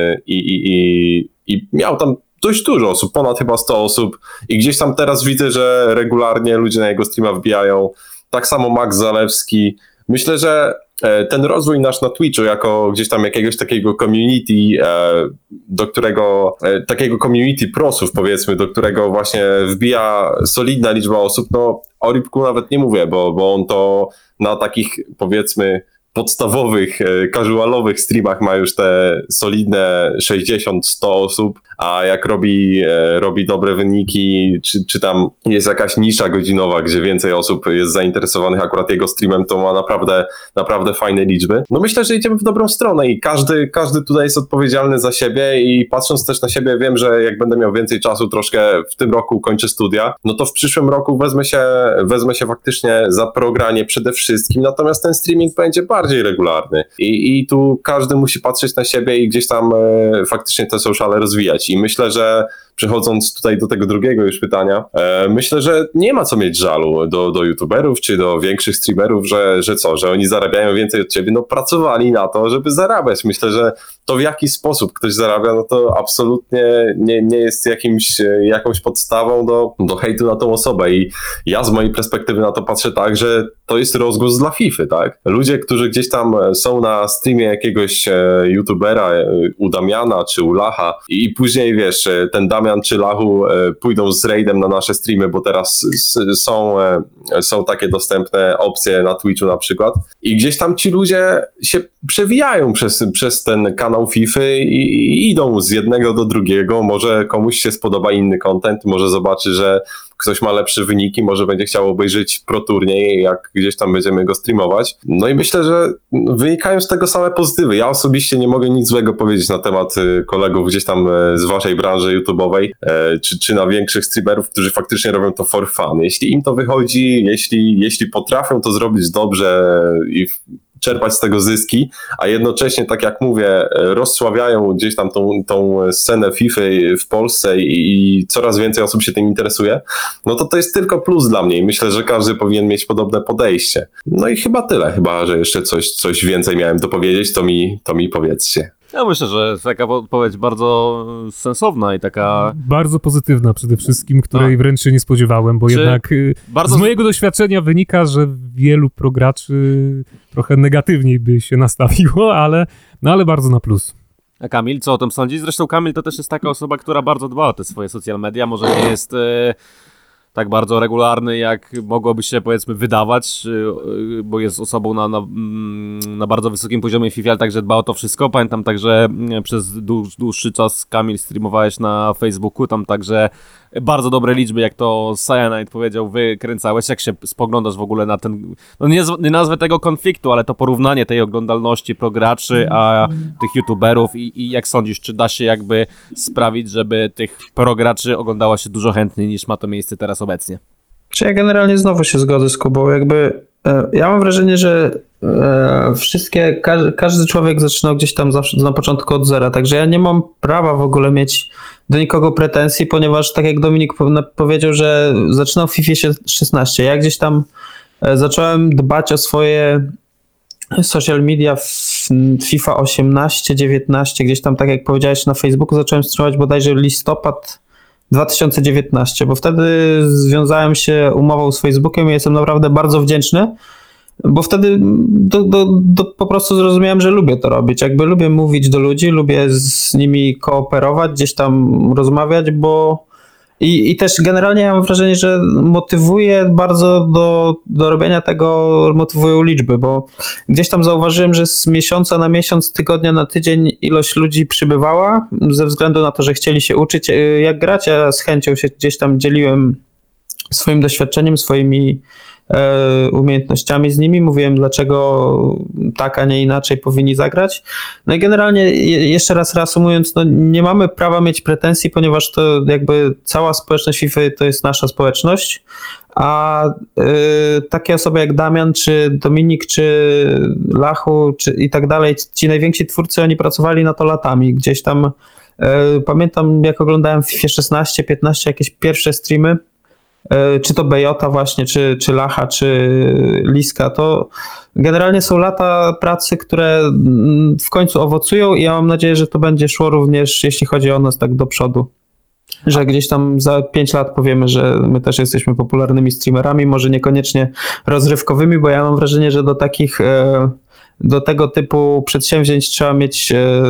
i miał tam dość dużo osób, ponad chyba 100 osób, i gdzieś tam teraz widzę, że regularnie ludzie na jego streama wbijają. Tak samo Max Zalewski. Myślę, że ten rozwój nasz na Twitchu jako gdzieś tam jakiegoś takiego community, do którego, takiego community prosów powiedzmy, do którego właśnie wbija solidna liczba osób, no o Rybku nawet nie mówię, bo on to na takich powiedzmy podstawowych, casualowych streamach ma już te solidne 60-100 osób, a jak robi dobre wyniki, czy tam jest jakaś nisza godzinowa, gdzie więcej osób jest zainteresowanych akurat jego streamem, to ma naprawdę fajne liczby. No myślę, że idziemy w dobrą stronę i każdy tutaj jest odpowiedzialny za siebie, i patrząc też na siebie, wiem, że jak będę miał więcej czasu, troszkę w tym roku kończę studia, no to w przyszłym roku wezmę się faktycznie za progranie przede wszystkim, natomiast ten streaming będzie bardziej regularny i tu każdy musi patrzeć na siebie i gdzieś tam faktycznie te sociale rozwijać. I myślę, że przechodząc tutaj do tego drugiego już pytania, myślę, że nie ma co mieć żalu do youtuberów czy do większych streamerów, że oni zarabiają więcej od ciebie. No pracowali na to, żeby zarabiać. Myślę, że to w jaki sposób ktoś zarabia, no to absolutnie nie jest jakąś podstawą do hejtu na tą osobę. I ja z mojej perspektywy na to patrzę tak, że to jest rozgłos dla FIFA, tak? Ludzie, którzy gdzieś tam są na streamie jakiegoś youtubera, u Damiana czy u Lacha, i później wiesz, ten Damian czy Lachu pójdą z raidem na nasze streamy, bo teraz są takie dostępne opcje na Twitchu na przykład, i gdzieś tam ci ludzie się przewijają przez ten kanał FIFA i idą z jednego do drugiego. Może komuś się spodoba inny content, może zobaczy, że ktoś ma lepsze wyniki, może będzie chciał obejrzeć pro turniej, jak gdzieś tam będziemy go streamować. No i myślę, że wynikają z tego same pozytywy. Ja osobiście nie mogę nic złego powiedzieć na temat kolegów gdzieś tam z waszej branży YouTube'owej, czy na większych streamerów, którzy faktycznie robią to for fun. Jeśli im to wychodzi, jeśli potrafią to zrobić dobrze i czerpać z tego zyski, a jednocześnie, tak jak mówię, rozsławiają gdzieś tam tą scenę FIFA w Polsce i coraz więcej osób się tym interesuje, no to jest tylko plus dla mnie i myślę, że każdy powinien mieć podobne podejście. No i chyba tyle, chyba że jeszcze coś więcej miałem do powiedzieć, to mi powiedzcie. Ja myślę, że taka odpowiedź bardzo sensowna i taka... Bardzo pozytywna przede wszystkim, której wręcz się nie spodziewałem, bo jednak z mojego doświadczenia wynika, że wielu prograczy trochę negatywniej by się nastawiło, ale bardzo na plus. A Kamil, co o tym sądzisz? Zresztą Kamil to też jest taka osoba, która bardzo dba o te swoje social media, może nie jest tak bardzo regularny, jak mogłoby się, powiedzmy, wydawać, bo jest osobą na bardzo wysokim poziomie FIFA, ale także dba o to wszystko. Pamiętam także przez dłuższy czas, Kamil, streamowałeś na Facebooku, tam także bardzo dobre liczby, jak to Cyanide powiedział, wykręcałeś. Jak się spoglądasz w ogóle na ten, no nie nazwę tego konfliktu, ale to porównanie tej oglądalności prograczy, a tych youtuberów i jak sądzisz, czy da się jakby sprawić, żeby tych prograczy oglądało się dużo chętniej niż ma to miejsce teraz obecnie? Czy ja generalnie znowu się zgodzę z Kubą, ja mam wrażenie, że każdy człowiek zaczynał gdzieś tam zawsze na początku od zera, także ja nie mam prawa w ogóle mieć do nikogo pretensji, ponieważ tak jak Dominik powiedział, że zaczynał w FIFA 16, ja gdzieś tam zacząłem dbać o swoje social media w FIFA 18, 19, gdzieś tam tak jak powiedziałeś na Facebooku zacząłem streamować bodajże listopad 2019, bo wtedy związałem się umową z Facebookiem i jestem naprawdę bardzo wdzięczny, bo wtedy po prostu zrozumiałem, że lubię to robić. Jakby lubię mówić do ludzi, lubię z nimi kooperować, gdzieś tam rozmawiać, bo i też generalnie ja mam wrażenie, że motywuje bardzo do robienia tego, motywują liczby, bo gdzieś tam zauważyłem, że z miesiąca na miesiąc, tygodnia na tydzień ilość ludzi przybywała ze względu na to, że chcieli się uczyć jak grać. Ja z chęcią się gdzieś tam dzieliłem swoim doświadczeniem, swoimi umiejętnościami z nimi, mówiłem dlaczego tak, a nie inaczej powinni zagrać. No i generalnie jeszcze raz reasumując, no nie mamy prawa mieć pretensji, ponieważ to jakby cała społeczność FIFA to jest nasza społeczność, a takie osoby jak Damian, czy Dominik, czy Lachu, czy i tak dalej, ci najwięksi twórcy, oni pracowali na to latami, gdzieś tam pamiętam jak oglądałem w FIFA 16, 15 jakieś pierwsze streamy, czy to Bejota właśnie, czy Lacha, czy Liska, to generalnie są lata pracy, które w końcu owocują i ja mam nadzieję, że to będzie szło również, jeśli chodzi o nas, tak do przodu. Że gdzieś tam za 5 lat powiemy, że my też jesteśmy popularnymi streamerami, może niekoniecznie rozrywkowymi, bo ja mam wrażenie, że do tego typu przedsięwzięć trzeba mieć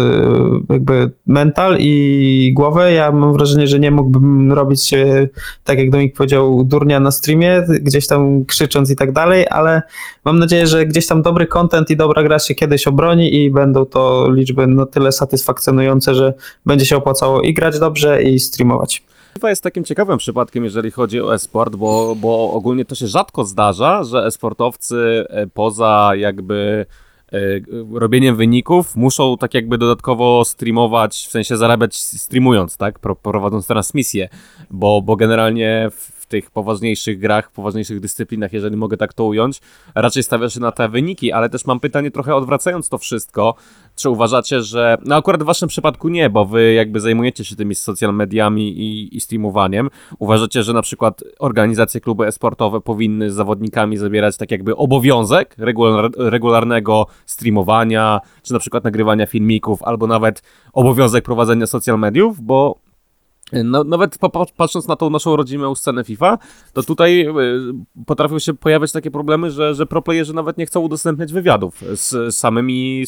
jakby mental i głowę. Ja mam wrażenie, że nie mógłbym robić, tak jak Dominik powiedział, durnia na streamie, gdzieś tam krzycząc i tak dalej, ale mam nadzieję, że gdzieś tam dobry content i dobra gra się kiedyś obroni i będą to liczby na tyle satysfakcjonujące, że będzie się opłacało i grać dobrze i streamować. FIFA jest takim ciekawym przypadkiem, jeżeli chodzi o e-sport, bo ogólnie to się rzadko zdarza, że e-sportowcy poza jakby robieniem wyników muszą tak jakby dodatkowo streamować, w sensie zarabiać streamując, tak, prowadząc transmisję, bo generalnie w tych poważniejszych grach, poważniejszych dyscyplinach, jeżeli mogę tak to ująć, raczej stawia się na te wyniki, ale też mam pytanie trochę odwracając to wszystko, czy uważacie, że, no akurat w waszym przypadku nie, bo wy jakby zajmujecie się tymi social mediami i streamowaniem, uważacie, że na przykład organizacje, kluby e-sportowe powinny z zawodnikami zabierać tak jakby obowiązek regularnego streamowania, czy na przykład nagrywania filmików, albo nawet obowiązek prowadzenia social mediów, bo no, nawet patrząc na tą naszą rodzimą scenę FIFA, to tutaj potrafią się pojawiać takie problemy, że proplayerzy nawet nie chcą udostępniać wywiadów z samymi,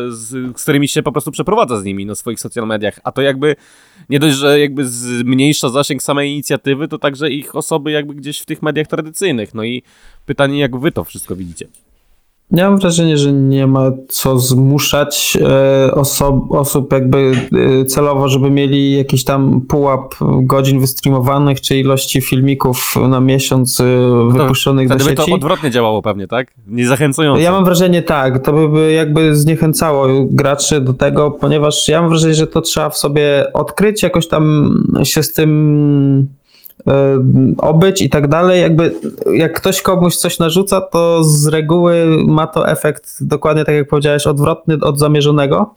z którymi się po prostu przeprowadza z nimi na swoich social mediach, a to jakby nie dość, że jakby zmniejsza zasięg samej inicjatywy, to także ich osoby jakby gdzieś w tych mediach tradycyjnych. No i pytanie, jak wy to wszystko widzicie? Ja mam wrażenie, że nie ma co zmuszać osób jakby celowo, żeby mieli jakiś tam pułap godzin wystreamowanych, czy ilości filmików na miesiąc wypuszczonych do sieci. Wtedy by to odwrotnie działało pewnie, tak? Nie zachęcająco. Ja mam wrażenie tak, to by jakby zniechęcało graczy do tego, ponieważ ja mam wrażenie, że to trzeba w sobie odkryć, jakoś tam się z tym obyć i tak dalej, jakby jak ktoś komuś coś narzuca, to z reguły ma to efekt dokładnie tak jak powiedziałeś, odwrotny od zamierzonego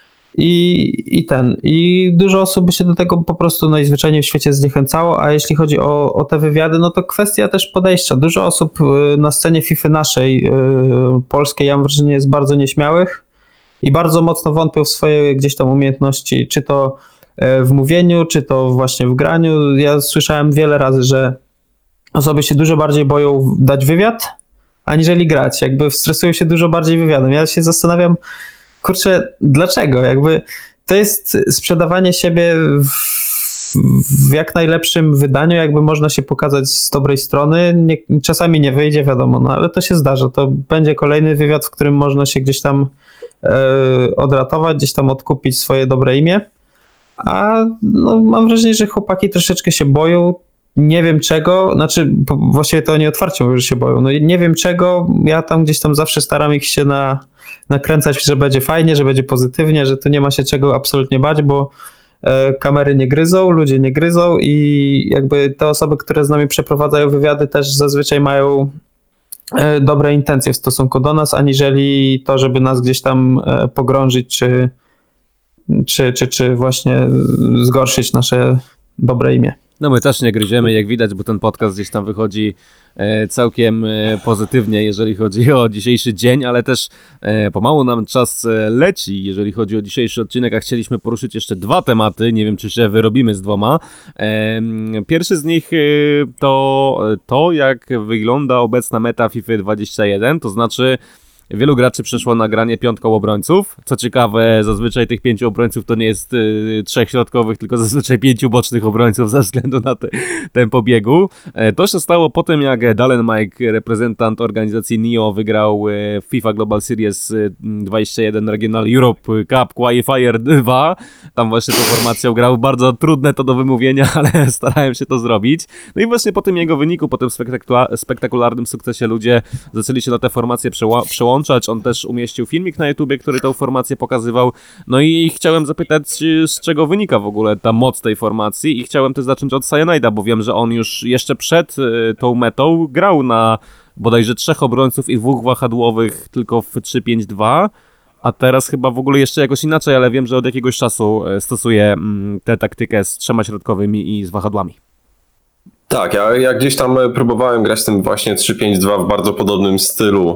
i dużo osób by się do tego po prostu najzwyczajniej w świecie zniechęcało, a jeśli chodzi o te wywiady, no to kwestia też podejścia. Dużo osób na scenie FIFA naszej polskiej, ja mam wrażenie, jest bardzo nieśmiałych i bardzo mocno wątpią w swoje gdzieś tam umiejętności, czy to w mówieniu, czy to właśnie w graniu. Ja słyszałem wiele razy, że osoby się dużo bardziej boją dać wywiad, aniżeli grać. Jakby stresują się dużo bardziej wywiadem. Ja się zastanawiam, kurczę, dlaczego? Jakby to jest sprzedawanie siebie w jak najlepszym wydaniu, jakby można się pokazać z dobrej strony. Czasami nie wyjdzie, wiadomo, no ale to się zdarza. To będzie kolejny wywiad, w którym można się gdzieś tam odratować, gdzieś tam odkupić swoje dobre imię. A no, mam wrażenie, że chłopaki troszeczkę się boją. Nie wiem czego, znaczy właściwie to oni otwarcie mówią, że się boją. No nie wiem czego, ja tam gdzieś tam zawsze staram ich się nakręcać, że będzie fajnie, że będzie pozytywnie, że tu nie ma się czego absolutnie bać, bo kamery nie gryzą, ludzie nie gryzą i jakby te osoby, które z nami przeprowadzają wywiady, też zazwyczaj mają dobre intencje w stosunku do nas, aniżeli to, żeby nas gdzieś tam pogrążyć, czy właśnie zgorszyć nasze dobre imię. No my też nie gryziemy, jak widać, bo ten podcast gdzieś tam wychodzi całkiem pozytywnie, jeżeli chodzi o dzisiejszy dzień, ale też pomału nam czas leci, jeżeli chodzi o dzisiejszy odcinek, a chcieliśmy poruszyć jeszcze 2 tematy, nie wiem, czy się wyrobimy z 2. Pierwszy z nich to, jak wygląda obecna meta FIFA 21, to znaczy wielu graczy przeszło na granie 5 obrońców. Co ciekawe, zazwyczaj tych 5 obrońców to nie jest 3 środkowych, tylko zazwyczaj 5 bocznych obrońców ze względu na tempo biegu. To się stało po tym, jak Dalen Mike, reprezentant organizacji NIO, wygrał FIFA Global Series 21 Regional Europe Cup Qualifier 2. Tam właśnie tą formacją grał. Bardzo trudne to do wymówienia, ale starałem się to zrobić. No i właśnie po tym jego wyniku, po tym spektakularnym sukcesie ludzie zaczęli się na tę formację przełączać. On też umieścił filmik na YouTubie, który tą formację pokazywał. No i chciałem zapytać, z czego wynika w ogóle ta moc tej formacji i chciałem też zacząć od Cyanide'a, bo wiem, że on już jeszcze przed tą metą grał na bodajże 3 obrońców i 2 wahadłowych tylko w 3-5-2, a teraz chyba w ogóle jeszcze jakoś inaczej, ale wiem, że od jakiegoś czasu stosuje tę taktykę z 3 środkowymi i z wahadłami. Tak, ja gdzieś tam próbowałem grać tym właśnie 3-5-2 w bardzo podobnym stylu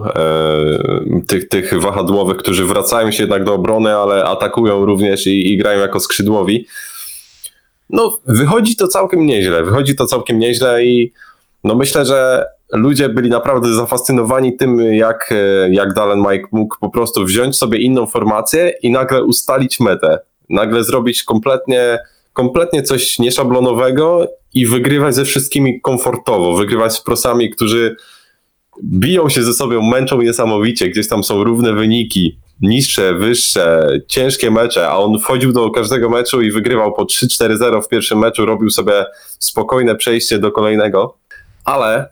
tych wahadłowych, którzy wracają się jednak do obrony, ale atakują również i grają jako skrzydłowi. No, wychodzi to całkiem nieźle i no myślę, że ludzie byli naprawdę zafascynowani tym, jak Dalen Mike mógł po prostu wziąć sobie inną formację i nagle ustalić metę. Nagle zrobić kompletnie coś nieszablonowego i wygrywać ze wszystkimi komfortowo, wygrywać z prosami, którzy biją się ze sobą, męczą niesamowicie, gdzieś tam są równe wyniki, niższe, wyższe, ciężkie mecze, a on wchodził do każdego meczu i wygrywał po 3-4-0 w pierwszym meczu, robił sobie spokojne przejście do kolejnego, ale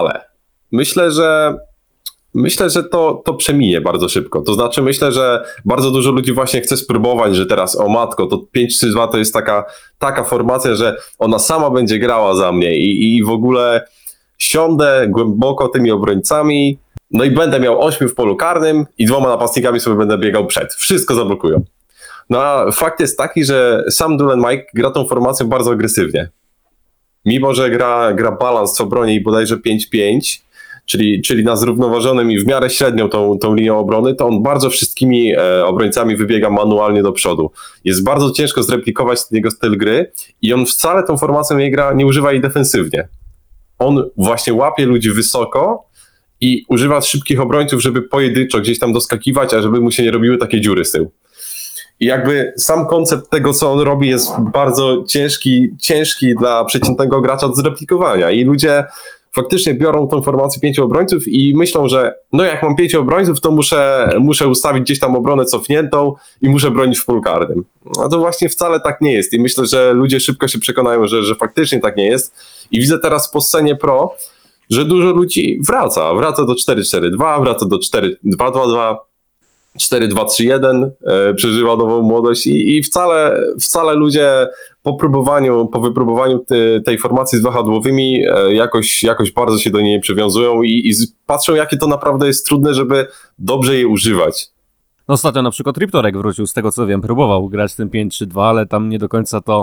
myślę, że to przeminie bardzo szybko. To znaczy myślę, że bardzo dużo ludzi właśnie chce spróbować, że teraz o matko, to 5-3-2 to jest taka formacja, że ona sama będzie grała za mnie i w ogóle siądę głęboko tymi obrońcami, no i będę miał 8 w polu karnym i 2 napastnikami sobie będę biegał przed. Wszystko zablokują. No a fakt jest taki, że sam Dalen Mike gra tą formacją bardzo agresywnie. Mimo że gra balans w obronie i bodajże 5-5, czyli na zrównoważonym i w miarę średnią tą linią obrony, to on bardzo wszystkimi obrońcami wybiega manualnie do przodu. Jest bardzo ciężko zreplikować jego styl gry i on wcale tą formacją nie używa jej defensywnie. On właśnie łapie ludzi wysoko i używa szybkich obrońców, żeby pojedynczo gdzieś tam doskakiwać, a żeby mu się nie robiły takie dziury z tyłu. I jakby sam koncept tego, co on robi, jest bardzo ciężki dla przeciętnego gracza do zreplikowania i ludzie faktycznie biorą tą formację 5 obrońców i myślą, że no jak mam 5 obrońców, to muszę ustawić gdzieś tam obronę cofniętą i muszę bronić w polu karnym. A to właśnie wcale tak nie jest i myślę, że ludzie szybko się przekonają, że faktycznie tak nie jest i widzę teraz po scenie pro, że dużo ludzi wraca do 4-4-2, wraca do 4-2-2-2, 4-2-3-1, przeżywa nową młodość i wcale ludzie po wypróbowaniu tej formacji z wahadłowymi jakoś bardzo się do niej przywiązują i patrzą, jakie to naprawdę jest trudne, żeby dobrze je używać. No ostatnio na przykład Riptorek wrócił, z tego co wiem, próbował grać tym 5-3-2, ale tam nie do końca to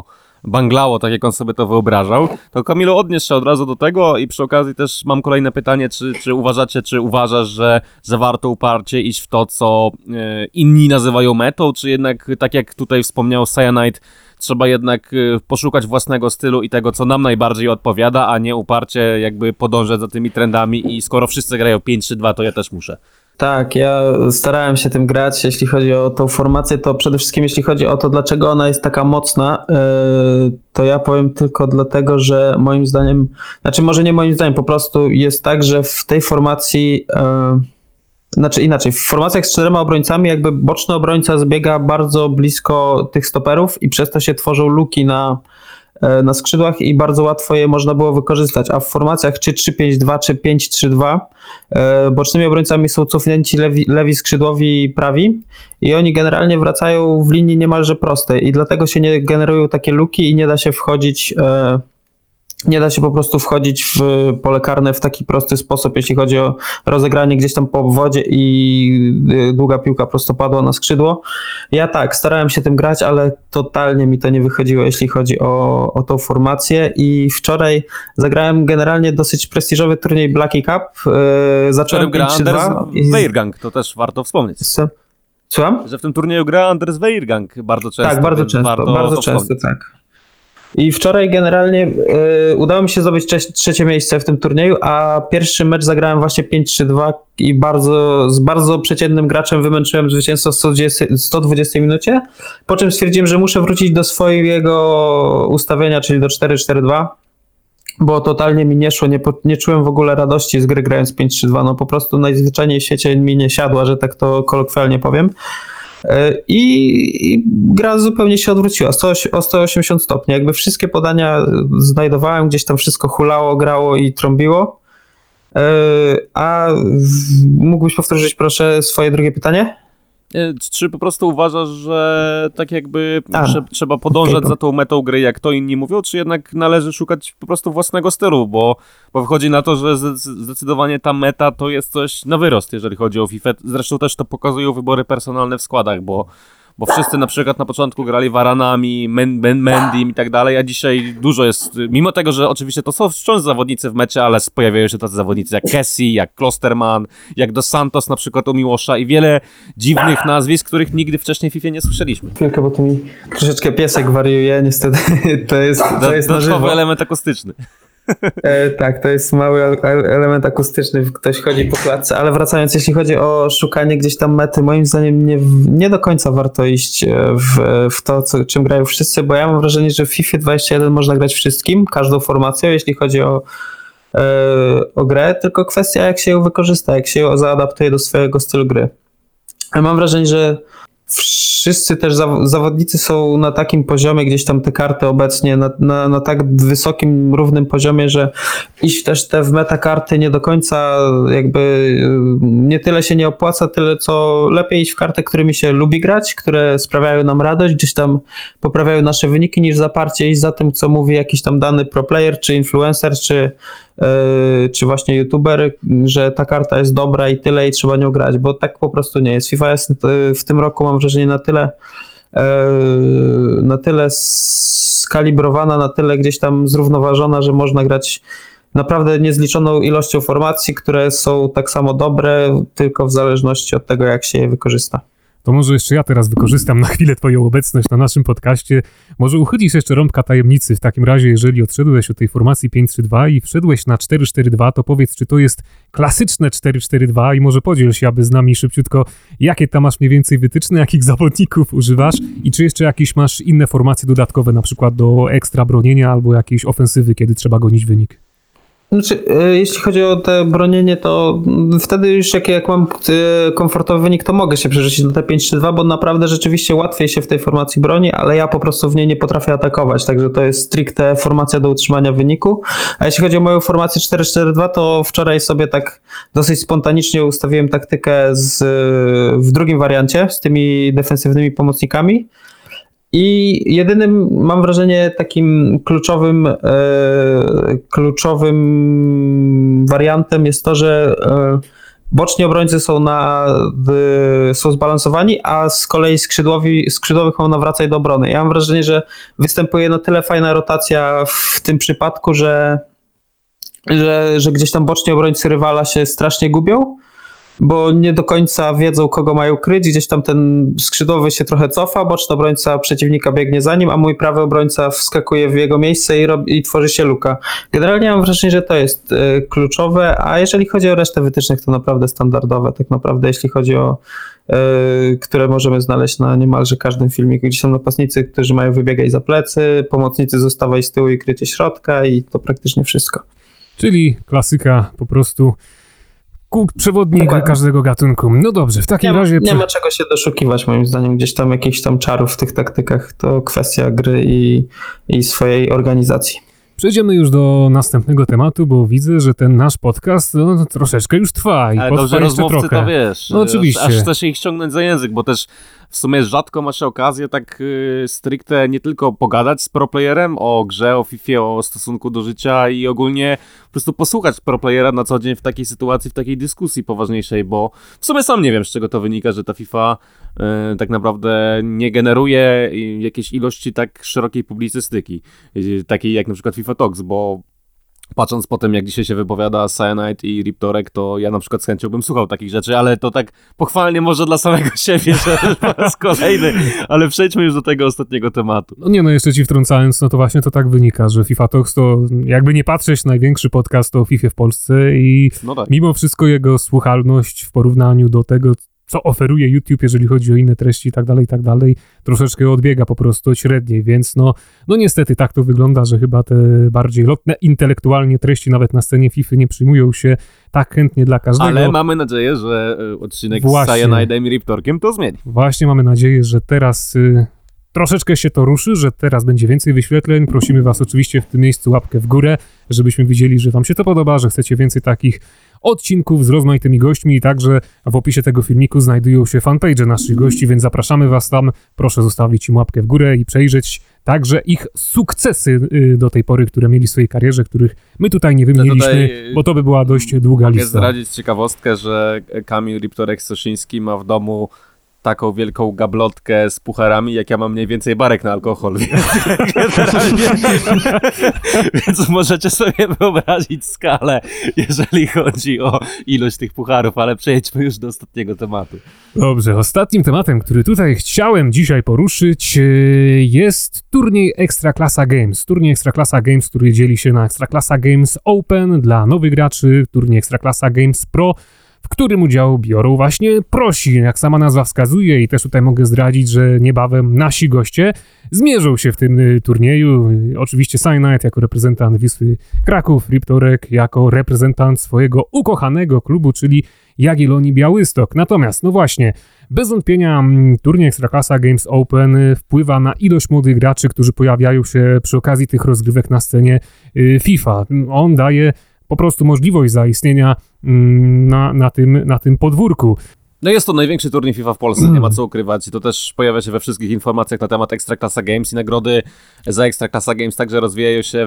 banglało, tak jak on sobie to wyobrażał. To Kamilu, odnieś się od razu do tego i przy okazji też mam kolejne pytanie, czy uważasz, że warto uparcie iść w to, co inni nazywają metą, czy jednak, tak jak tutaj wspomniał Cyanide, trzeba jednak poszukać własnego stylu i tego, co nam najbardziej odpowiada, a nie uparcie jakby podążać za tymi trendami i skoro wszyscy grają 5-3-2, to ja też muszę. Tak, ja starałem się tym grać, jeśli chodzi o tą formację, to przede wszystkim jeśli chodzi o to, dlaczego ona jest taka mocna, to ja powiem tylko dlatego, że moim zdaniem, znaczy może nie moim zdaniem, po prostu jest tak, że w tej formacji, znaczy inaczej, w formacjach z 4 obrońcami jakby boczny obrońca zbiega bardzo blisko tych stoperów i przez to się tworzą luki na skrzydłach i bardzo łatwo je można było wykorzystać, a w formacjach czy 3-5-2, czy 5-3-2 bocznymi obrońcami są cofnięci lewi skrzydłowi prawi i oni generalnie wracają w linii niemalże prostej i dlatego się nie generują takie luki i nie da się wchodzić po prostu wchodzić w pole karne w taki prosty sposób, jeśli chodzi o rozegranie gdzieś tam po obwodzie i długa piłka prostopadła na skrzydło. Ja tak, starałem się tym grać, ale totalnie mi to nie wychodziło, jeśli chodzi o tą formację i wczoraj zagrałem generalnie dosyć prestiżowy turniej Blackie Cup. Zacząłem gra 5-3-2. Anders Weirgang, to też warto wspomnieć. Słucham? Że w tym turnieju gra Anders Weirgang bardzo często. Tak, bardzo często, tak. I wczoraj generalnie udało mi się zdobyć trzecie miejsce w tym turnieju, a pierwszy mecz zagrałem właśnie 5-3-2 i z bardzo przeciętnym graczem wymęczyłem zwycięstwo w 120 minucie, po czym stwierdziłem, że muszę wrócić do swojego ustawienia, czyli do 4-4-2, bo totalnie mi nie szło, nie czułem w ogóle radości z gry grając 5-3-2, no po prostu najzwyczajniej w świecie mi nie siadła, że tak to kolokwialnie powiem. I gra zupełnie się odwróciła o 180 stopni. Jakby wszystkie podania znajdowałem, gdzieś tam wszystko hulało, grało i trąbiło. A mógłbyś powtórzyć proszę swoje drugie pytanie? Czy po prostu uważasz, że tak jakby trzeba podążać za tą metą gry, jak to inni mówią, czy jednak należy szukać po prostu własnego stylu, bo wychodzi na to, że zdecydowanie ta meta to jest coś na wyrost, jeżeli chodzi o FIFA. Zresztą też to pokazują wybory personalne w składach, bo wszyscy na przykład na początku grali Varanami, Mendym i tak dalej, a dzisiaj dużo jest, mimo tego, że oczywiście to są wciąż zawodnicy w mecie, ale pojawiają się tacy zawodnicy jak Kessie, jak Klosterman, jak Dos Santos na przykład u Miłosza i wiele dziwnych nazwisk, których nigdy wcześniej w FIFA nie słyszeliśmy. Chwilkę, bo tu mi troszeczkę piesek wariuje, niestety to jest na żywo. Element akustyczny. Tak, to jest mały element akustyczny, ktoś chodzi po klatce, ale wracając, jeśli chodzi o szukanie gdzieś tam mety, moim zdaniem nie do końca warto iść w to, czym grają wszyscy, bo ja mam wrażenie, że w FIFA 21 można grać wszystkim, każdą formacją, jeśli chodzi o grę, tylko kwestia jak się ją wykorzysta, jak się ją zaadaptuje do swojego stylu gry. Ja mam wrażenie, że wszyscy też zawodnicy są na takim poziomie, gdzieś tam te karty obecnie na tak wysokim, równym poziomie, że iść też te w metakarty nie do końca jakby nie tyle się nie opłaca, tyle co lepiej iść w karty, którymi się lubi grać, które sprawiają nam radość, gdzieś tam poprawiają nasze wyniki, niż zaparcie iść za tym, co mówi jakiś tam dany pro player, czy influencer, czy właśnie youtuber, że ta karta jest dobra i tyle i trzeba nią grać, bo tak po prostu nie jest. FIFA jest w tym roku, mam wrażenie, na tyle skalibrowana, na tyle gdzieś tam zrównoważona, że można grać naprawdę niezliczoną ilością formacji, które są tak samo dobre, tylko w zależności od tego, jak się je wykorzysta. To może jeszcze ja teraz wykorzystam na chwilę twoją obecność na naszym podcaście. Może uchylisz jeszcze rąbka tajemnicy. W takim razie, jeżeli odszedłeś od tej formacji 5-3-2 i wszedłeś na 4-4-2, to powiedz, czy to jest klasyczne 4-4-2 i może podziel się, aby z nami szybciutko, jakie tam masz mniej więcej wytyczne, jakich zawodników używasz i czy jeszcze jakieś masz inne formacje dodatkowe, na przykład do ekstra bronienia albo jakiejś ofensywy, kiedy trzeba gonić wynik. Znaczy, jeśli chodzi o te bronienie, to wtedy już jak mam komfortowy wynik, to mogę się przerzucić na te 5-3-2, bo naprawdę rzeczywiście łatwiej się w tej formacji broni, ale ja po prostu w niej nie potrafię atakować, także to jest stricte formacja do utrzymania wyniku. A jeśli chodzi o moją formację 4-4-2, to wczoraj sobie tak dosyć spontanicznie ustawiłem taktykę w drugim wariancie z tymi defensywnymi pomocnikami. I jedynym, mam wrażenie, takim kluczowym wariantem jest to, że boczni obrońcy są zbalansowani, a z kolei skrzydłowych mam nawracać do obrony. Ja mam wrażenie, że występuje na tyle fajna rotacja w tym przypadku, że gdzieś tam boczni obrońcy rywala się strasznie gubią, bo nie do końca wiedzą, kogo mają kryć. Gdzieś tam ten skrzydłowy się trochę cofa, boczny obrońca przeciwnika biegnie za nim, a mój prawy obrońca wskakuje w jego miejsce i tworzy się luka. Generalnie mam wrażenie, że to jest kluczowe, a jeżeli chodzi o resztę wytycznych, to naprawdę standardowe. Tak naprawdę jeśli chodzi o które możemy znaleźć na niemalże każdym filmiku, gdzie są napastnicy, którzy mają wybiegać za plecy, pomocnicy zostawaj z tyłu i krycie środka i to praktycznie wszystko. Czyli klasyka po prostu przewodnik Dokładnie. każdego gatunku. No dobrze, w takim razie... Nie ma czego się doszukiwać moim zdaniem. Gdzieś tam jakichś tam czarów w tych taktykach to kwestia gry i swojej organizacji. Przejdziemy już do następnego tematu, bo widzę, że ten nasz podcast troszeczkę już trwa i Ale potrwa dobrze jeszcze rozmówcy trochę. to wiesz. No oczywiście. Aż chce się ich ściągnąć za język, bo też w sumie rzadko masz okazję tak stricte nie tylko pogadać z proplayerem o grze, o FIFA, o stosunku do życia i ogólnie po prostu posłuchać proplayera na co dzień w takiej sytuacji, w takiej dyskusji poważniejszej, bo w sumie sam nie wiem, z czego to wynika, że ta FIFA tak naprawdę nie generuje jakiejś ilości tak szerokiej publicystyki, takiej jak na przykład FIFA Talks, bo patrząc po tym, jak dzisiaj się wypowiada Cyanide i Riptorek, to ja na przykład z chęcią bym słuchał takich rzeczy, ale to tak pochwalnie może dla samego siebie, że po raz kolejny, ale przejdźmy już do tego ostatniego tematu. No jeszcze ci wtrącając, no to właśnie to tak wynika, że FIFA Talks to jakby nie patrzeć największy podcast o FIFA w Polsce i No tak. mimo wszystko jego słuchalność w porównaniu do tego, co oferuje YouTube, jeżeli chodzi o inne treści i tak dalej, troszeczkę odbiega po prostu od średniej, więc no niestety tak to wygląda, że chyba te bardziej lotne intelektualnie treści nawet na scenie FIFA nie przyjmują się tak chętnie dla każdego. Ale mamy nadzieję, że odcinek Właśnie. z Cyanide'em i Riptorkiem to zmieni. Właśnie mamy nadzieję, że teraz troszeczkę się to ruszy, że teraz będzie więcej wyświetleń. Prosimy was oczywiście w tym miejscu łapkę w górę, żebyśmy widzieli, że wam się to podoba, że chcecie więcej takich odcinków z rozmaitymi gośćmi i także w opisie tego filmiku znajdują się fanpage naszych gości, więc zapraszamy was tam. Proszę zostawić im łapkę w górę i przejrzeć także ich sukcesy do tej pory, które mieli w swojej karierze, których my tutaj nie wymieniliśmy, bo to by była dość długa Mogę lista. zdradzić ciekawostkę, że Kamil Riptorek-Soszyński ma w domu taką wielką gablotkę z pucharami, jak ja mam mniej więcej barek na alkohol. Więc możecie sobie wyobrazić skalę, jeżeli chodzi o ilość tych pucharów, ale przejdźmy już do ostatniego tematu. Dobrze, ostatnim tematem, który tutaj chciałem dzisiaj poruszyć, jest turniej Ekstraklasa Games. Turniej Ekstraklasa Games, który dzieli się na Ekstraklasa Games Open dla nowych graczy, turniej Ekstraklasa Games Pro, w którym udział biorą właśnie prosi, jak sama nazwa wskazuje, i też tutaj mogę zdradzić, że niebawem nasi goście zmierzą się w tym turnieju. Oczywiście Cyanide jako reprezentant Wisły Kraków, Riptorek jako reprezentant swojego ukochanego klubu, czyli Jagiellonii Białystok. Natomiast, no właśnie, bez wątpienia turniej Ekstraklasa Games Open wpływa na ilość młodych graczy, którzy pojawiają się przy okazji tych rozgrywek na scenie FIFA. On daje po prostu możliwość zaistnienia na tym podwórku. No jest to największy turniej FIFA w Polsce, nie ma co ukrywać. To też pojawia się we wszystkich informacjach na temat Ekstraklasa Games i nagrody za Ekstraklasa Games także rozwijają się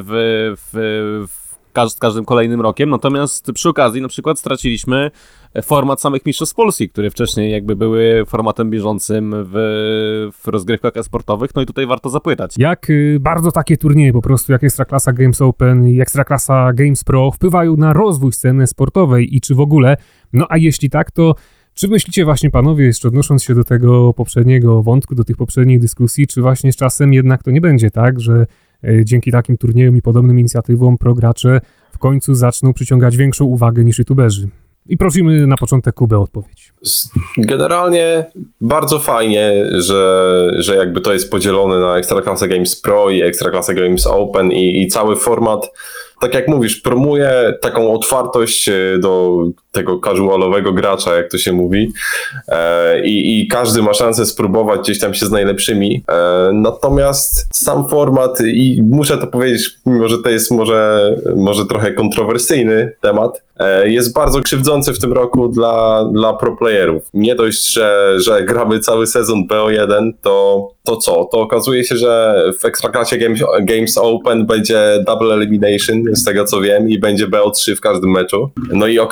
z każdym kolejnym rokiem. Natomiast przy okazji na przykład straciliśmy format samych mistrzostw Polski, które wcześniej jakby były formatem bieżącym w rozgrywkach e-sportowych. No i tutaj warto zapytać. Jak bardzo takie turnieje po prostu jak Ekstraklasa Games Open i Ekstraklasa Games Pro wpływają na rozwój sceny sportowej i czy w ogóle, no a jeśli tak, to czy myślicie właśnie panowie, jeszcze odnosząc się do tego poprzedniego wątku, do tych poprzednich dyskusji, czy właśnie z czasem jednak to nie będzie tak, że dzięki takim turniejom i podobnym inicjatywom progracze w końcu zaczną przyciągać większą uwagę niż youtuberzy? I prosimy na początek Kubę o odpowiedź. Generalnie bardzo fajnie, że jakby to jest podzielone na Ekstraklasa Games Pro i Ekstraklasa Games Open i cały format, tak jak mówisz, promuje taką otwartość do tego casualowego gracza, jak to się mówi, i każdy ma szansę spróbować gdzieś tam się z najlepszymi. Natomiast sam format, i muszę to powiedzieć, mimo że to jest może trochę kontrowersyjny temat, jest bardzo krzywdzący w tym roku dla pro-playerów. Nie dość, że gramy cały sezon BO1, to co? To okazuje się, że w Ekstraklasie Games Open będzie double elimination, z tego co wiem, i będzie BO3 w każdym meczu. No i okazuje się,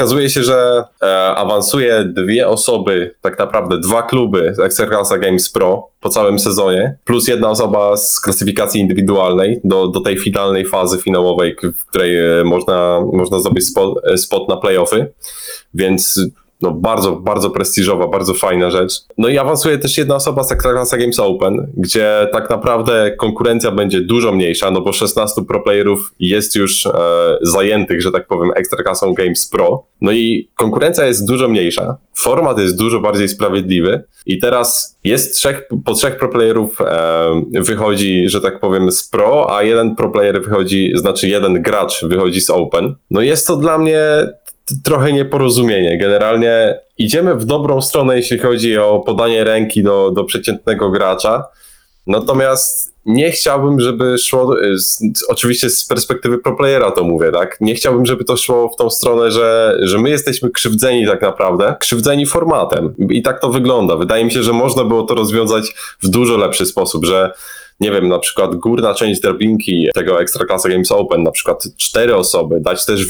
że awansuje 2 osoby, tak naprawdę 2 kluby z Ekstraklasa Games Pro po całym sezonie, plus 1 osoba z klasyfikacji indywidualnej do tej finalnej fazy finałowej, w której można zdobyć spot na playoffy, więc no bardzo, bardzo prestiżowa, bardzo fajna rzecz. No i awansuje też 1 osoba z Ekstraklasa Games Open, gdzie tak naprawdę konkurencja będzie dużo mniejsza, no bo 16 pro playerów jest już zajętych, że tak powiem, Ekstraklasą Games Pro. No i konkurencja jest dużo mniejsza, format jest dużo bardziej sprawiedliwy i teraz jest po 3 pro playerów wychodzi, że tak powiem, z pro, a 1 pro player wychodzi, znaczy 1 gracz wychodzi z Open. No jest to dla mnie trochę nieporozumienie. Generalnie idziemy w dobrą stronę, jeśli chodzi o podanie ręki do przeciętnego gracza. Natomiast nie chciałbym, żeby szło, oczywiście z perspektywy pro playera to mówię, tak? Nie chciałbym, żeby to szło w tą stronę, że my jesteśmy krzywdzeni tak naprawdę, krzywdzeni formatem. I tak to wygląda. Wydaje mi się, że można było to rozwiązać w dużo lepszy sposób, że nie wiem, na przykład górna część drabinki tego Ekstraklasa Games Open, na przykład 4 osoby, dać też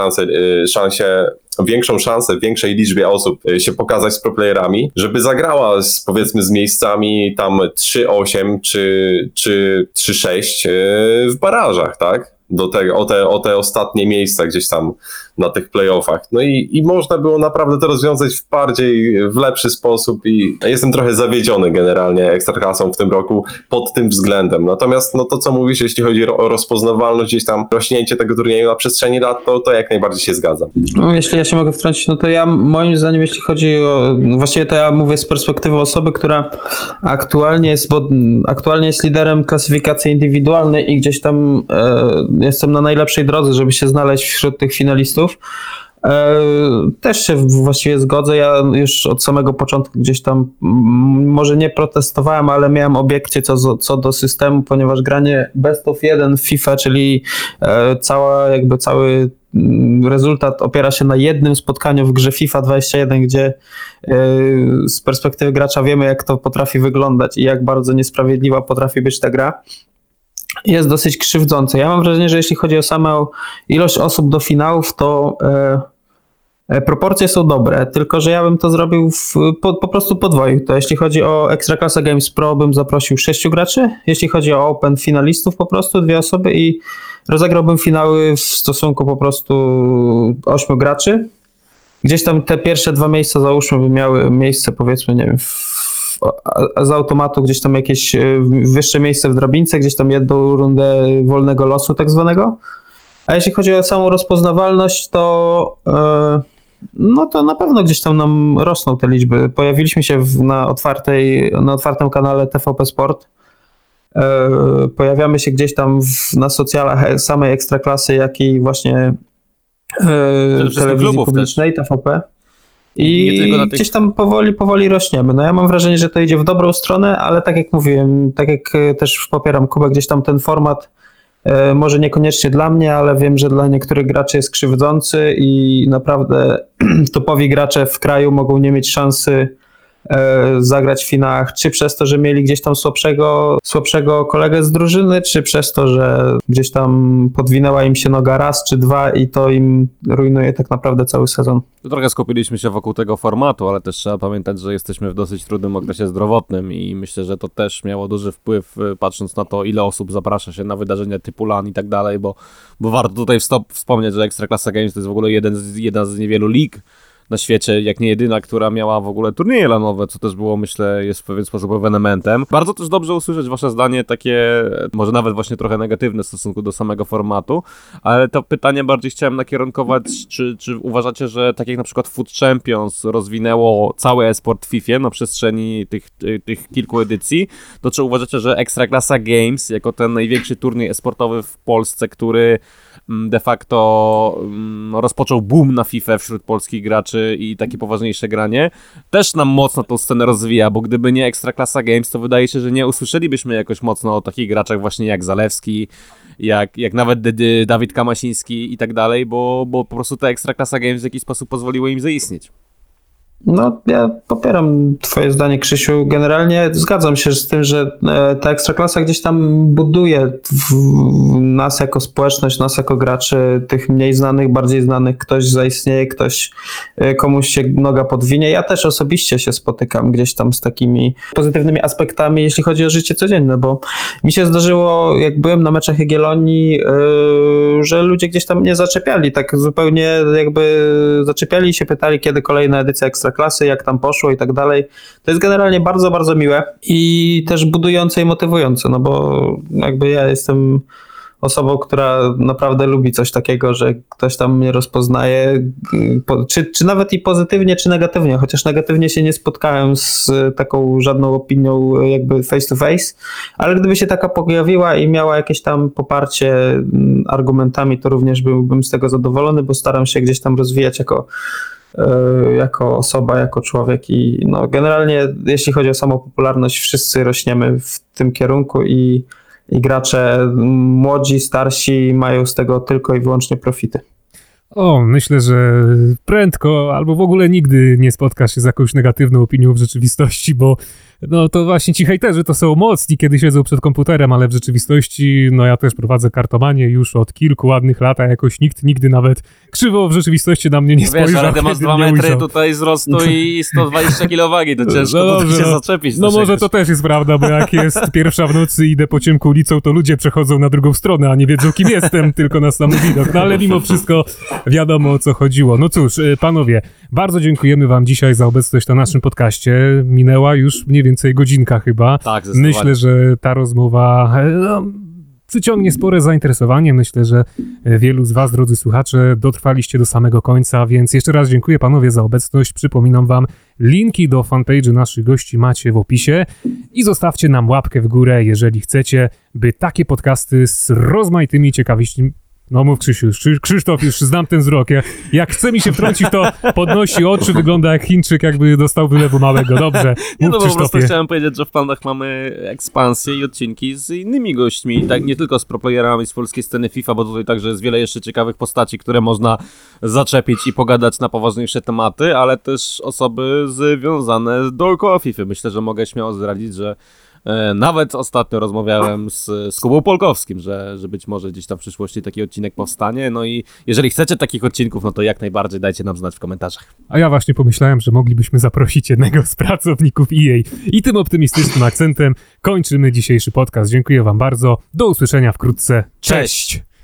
większą szansę większej liczbie osób się pokazać z proplayerami, żeby zagrała powiedzmy z miejscami tam 3-8 czy 3-6 w barażach, tak? O te ostatnie miejsca gdzieś tam na tych playoffach. No i można było naprawdę to rozwiązać w lepszy sposób i jestem trochę zawiedziony generalnie Ekstraklasą w tym roku pod tym względem. Natomiast no to, co mówisz, jeśli chodzi o rozpoznawalność, gdzieś tam rośnięcie tego turnieju na przestrzeni lat, to jak najbardziej się zgadzam. No, jeśli ja się mogę wtrącić, no to ja moim zdaniem, jeśli chodzi o... Właściwie to ja mówię z perspektywy osoby, która aktualnie jest liderem klasyfikacji indywidualnej i gdzieś tam jestem na najlepszej drodze, żeby się znaleźć wśród tych finalistów. Też się właściwie zgodzę. Ja już od samego początku gdzieś tam może nie protestowałem, ale miałem obiekcje co do systemu, ponieważ granie best of 1 w FIFA, czyli cały rezultat opiera się na jednym spotkaniu w grze FIFA 21, gdzie z perspektywy gracza wiemy, jak to potrafi wyglądać i jak bardzo niesprawiedliwa potrafi być ta gra. Jest dosyć krzywdzące. Ja mam wrażenie, że jeśli chodzi o samą ilość osób do finałów, to proporcje są dobre, tylko że ja bym to zrobił po prostu podwoił. To jeśli chodzi o Ekstraklasa Games Pro, bym zaprosił 6 graczy, jeśli chodzi o Open finalistów po prostu 2 osoby i rozegrałbym finały w stosunku po prostu 8 graczy. Gdzieś tam te pierwsze 2 miejsca załóżmy by miały miejsce, powiedzmy, nie wiem, z automatu gdzieś tam jakieś wyższe miejsce w drabince, gdzieś tam jedną rundę wolnego losu tak zwanego. A jeśli chodzi o samą rozpoznawalność, to no to na pewno gdzieś tam nam rosną te liczby. Pojawiliśmy się na otwartym kanale TVP Sport. Pojawiamy się gdzieś tam na socjalach samej Ekstraklasy, jak i właśnie telewizji publicznej, też. TVP. I gdzieś tam powoli rośniemy. No ja mam wrażenie, że to idzie w dobrą stronę, ale tak jak mówiłem, tak jak też popieram Kubę, gdzieś tam ten format może niekoniecznie dla mnie, ale wiem, że dla niektórych graczy jest krzywdzący i naprawdę topowi gracze w kraju mogą nie mieć szansy zagrać w finałach, czy przez to, że mieli gdzieś tam słabszego kolegę z drużyny, czy przez to, że gdzieś tam podwinęła im się noga raz czy 2 i to im rujnuje tak naprawdę cały sezon. Trochę skupiliśmy się wokół tego formatu, ale też trzeba pamiętać, że jesteśmy w dosyć trudnym okresie zdrowotnym i myślę, że to też miało duży wpływ, patrząc na to, ile osób zaprasza się na wydarzenia typu LAN i tak dalej, bo warto tutaj wspomnieć, że Ekstraklasa Games to jest w ogóle jedna z niewielu lig na świecie, jak nie jedyna, która miała w ogóle turnieje lanowe, co też było, myślę, jest w pewien sposób ewenementem. Bardzo też dobrze usłyszeć wasze zdanie, takie może nawet właśnie trochę negatywne w stosunku do samego formatu, ale to pytanie bardziej chciałem nakierunkować, czy uważacie, że tak jak na przykład Food Champions rozwinęło cały e-sport w FIFA na przestrzeni tych kilku edycji, to czy uważacie, że Ekstraklasa Games, jako ten największy turniej e-sportowy w Polsce, który de facto rozpoczął boom na FIFA wśród polskich graczy i takie poważniejsze granie, też nam mocno tą scenę rozwija, bo gdyby nie Ekstraklasa Games, to wydaje się, że nie usłyszelibyśmy jakoś mocno o takich graczach właśnie jak Zalewski, jak nawet Dawid Kamasiński i tak dalej, bo po prostu ta Ekstraklasa Games w jakiś sposób pozwoliło im zaistnieć. No, ja popieram twoje zdanie, Krzysiu. Generalnie zgadzam się z tym, że ta Ekstraklasa gdzieś tam buduje nas jako społeczność, nas jako graczy, tych mniej znanych, bardziej znanych. Ktoś zaistnieje, komuś się noga podwinie. Ja też osobiście się spotykam gdzieś tam z takimi pozytywnymi aspektami, jeśli chodzi o życie codzienne, bo mi się zdarzyło, jak byłem na meczach Jagiellonii, że ludzie gdzieś tam mnie zaczepiali, tak zupełnie jakby zaczepiali i się pytali, kiedy kolejna edycja Ekstraklasy, jak tam poszło i tak dalej. To jest generalnie bardzo, bardzo miłe i też budujące i motywujące, no bo jakby ja jestem osobą, która naprawdę lubi coś takiego, że ktoś tam mnie rozpoznaje, czy nawet i pozytywnie, czy negatywnie, chociaż negatywnie się nie spotkałem z taką żadną opinią jakby face to face, ale gdyby się taka pojawiła i miała jakieś tam poparcie argumentami, to również byłbym z tego zadowolony, bo staram się gdzieś tam rozwijać jako osoba, jako człowiek i no generalnie jeśli chodzi o samą popularność, wszyscy rośniemy w tym kierunku i gracze młodzi, starsi mają z tego tylko i wyłącznie profity. O, myślę, że prędko albo w ogóle nigdy nie spotkasz się z jakąś negatywną opinią w rzeczywistości, bo no to właśnie ci hejterzy to są mocni, kiedy siedzą przed komputerem, ale w rzeczywistości, no ja też prowadzę kartomanię już od kilku ładnych lat, a jakoś nikt nigdy nawet krzywo w rzeczywistości na mnie nie spojrzał. Wiesz, ale ty masz kiedy 2 mnie metry ujrzał. tutaj wzrostu i 120 kg wagi, to ciężko No tutaj dobrze, się no. zaczepić. No może to też jest prawda, bo jak jest pierwsza w nocy i idę po ciemku ulicą, to ludzie przechodzą na drugą stronę, a nie wiedzą kim jestem, tylko na sam widok. No ale mimo wszystko wiadomo o co chodziło. No cóż, panowie, bardzo dziękujemy wam dzisiaj za obecność na naszym podcaście. Minęła już mniej więcej godzinka chyba. Tak, zdecydowanie. Myślę, że ta rozmowa przyciągnie spore zainteresowanie. Myślę, że wielu z was, drodzy słuchacze, dotrwaliście do samego końca, więc jeszcze raz dziękuję panowie za obecność. Przypominam wam, linki do fanpage'u naszych gości macie w opisie i zostawcie nam łapkę w górę, jeżeli chcecie, by takie podcasty z rozmaitymi ciekawościami. No mów Krzysiu, Krzysztof, już znam ten wzrok. Jak chce mi się wtrącić, to podnosi oczy, wygląda jak Chińczyk, jakby dostał wylewu małego. Dobrze, Nie, mów no po prostu Krzysztofie. chciałem powiedzieć, że w planach mamy ekspansję i odcinki z innymi gośćmi, tak nie tylko z proplayerami z polskiej sceny FIFA, bo tutaj także jest wiele jeszcze ciekawych postaci, które można zaczepić i pogadać na poważniejsze tematy, ale też osoby związane dookoła FIFA. Myślę, że mogę śmiało zdradzić, że nawet ostatnio rozmawiałem z Kubą Polkowskim, że być może gdzieś tam w przyszłości taki odcinek powstanie. No i jeżeli chcecie takich odcinków, no to jak najbardziej dajcie nam znać w komentarzach. A ja właśnie pomyślałem, że moglibyśmy zaprosić jednego z pracowników EA. I tym optymistycznym akcentem kończymy dzisiejszy podcast. Dziękuję wam bardzo. Do usłyszenia wkrótce. Cześć!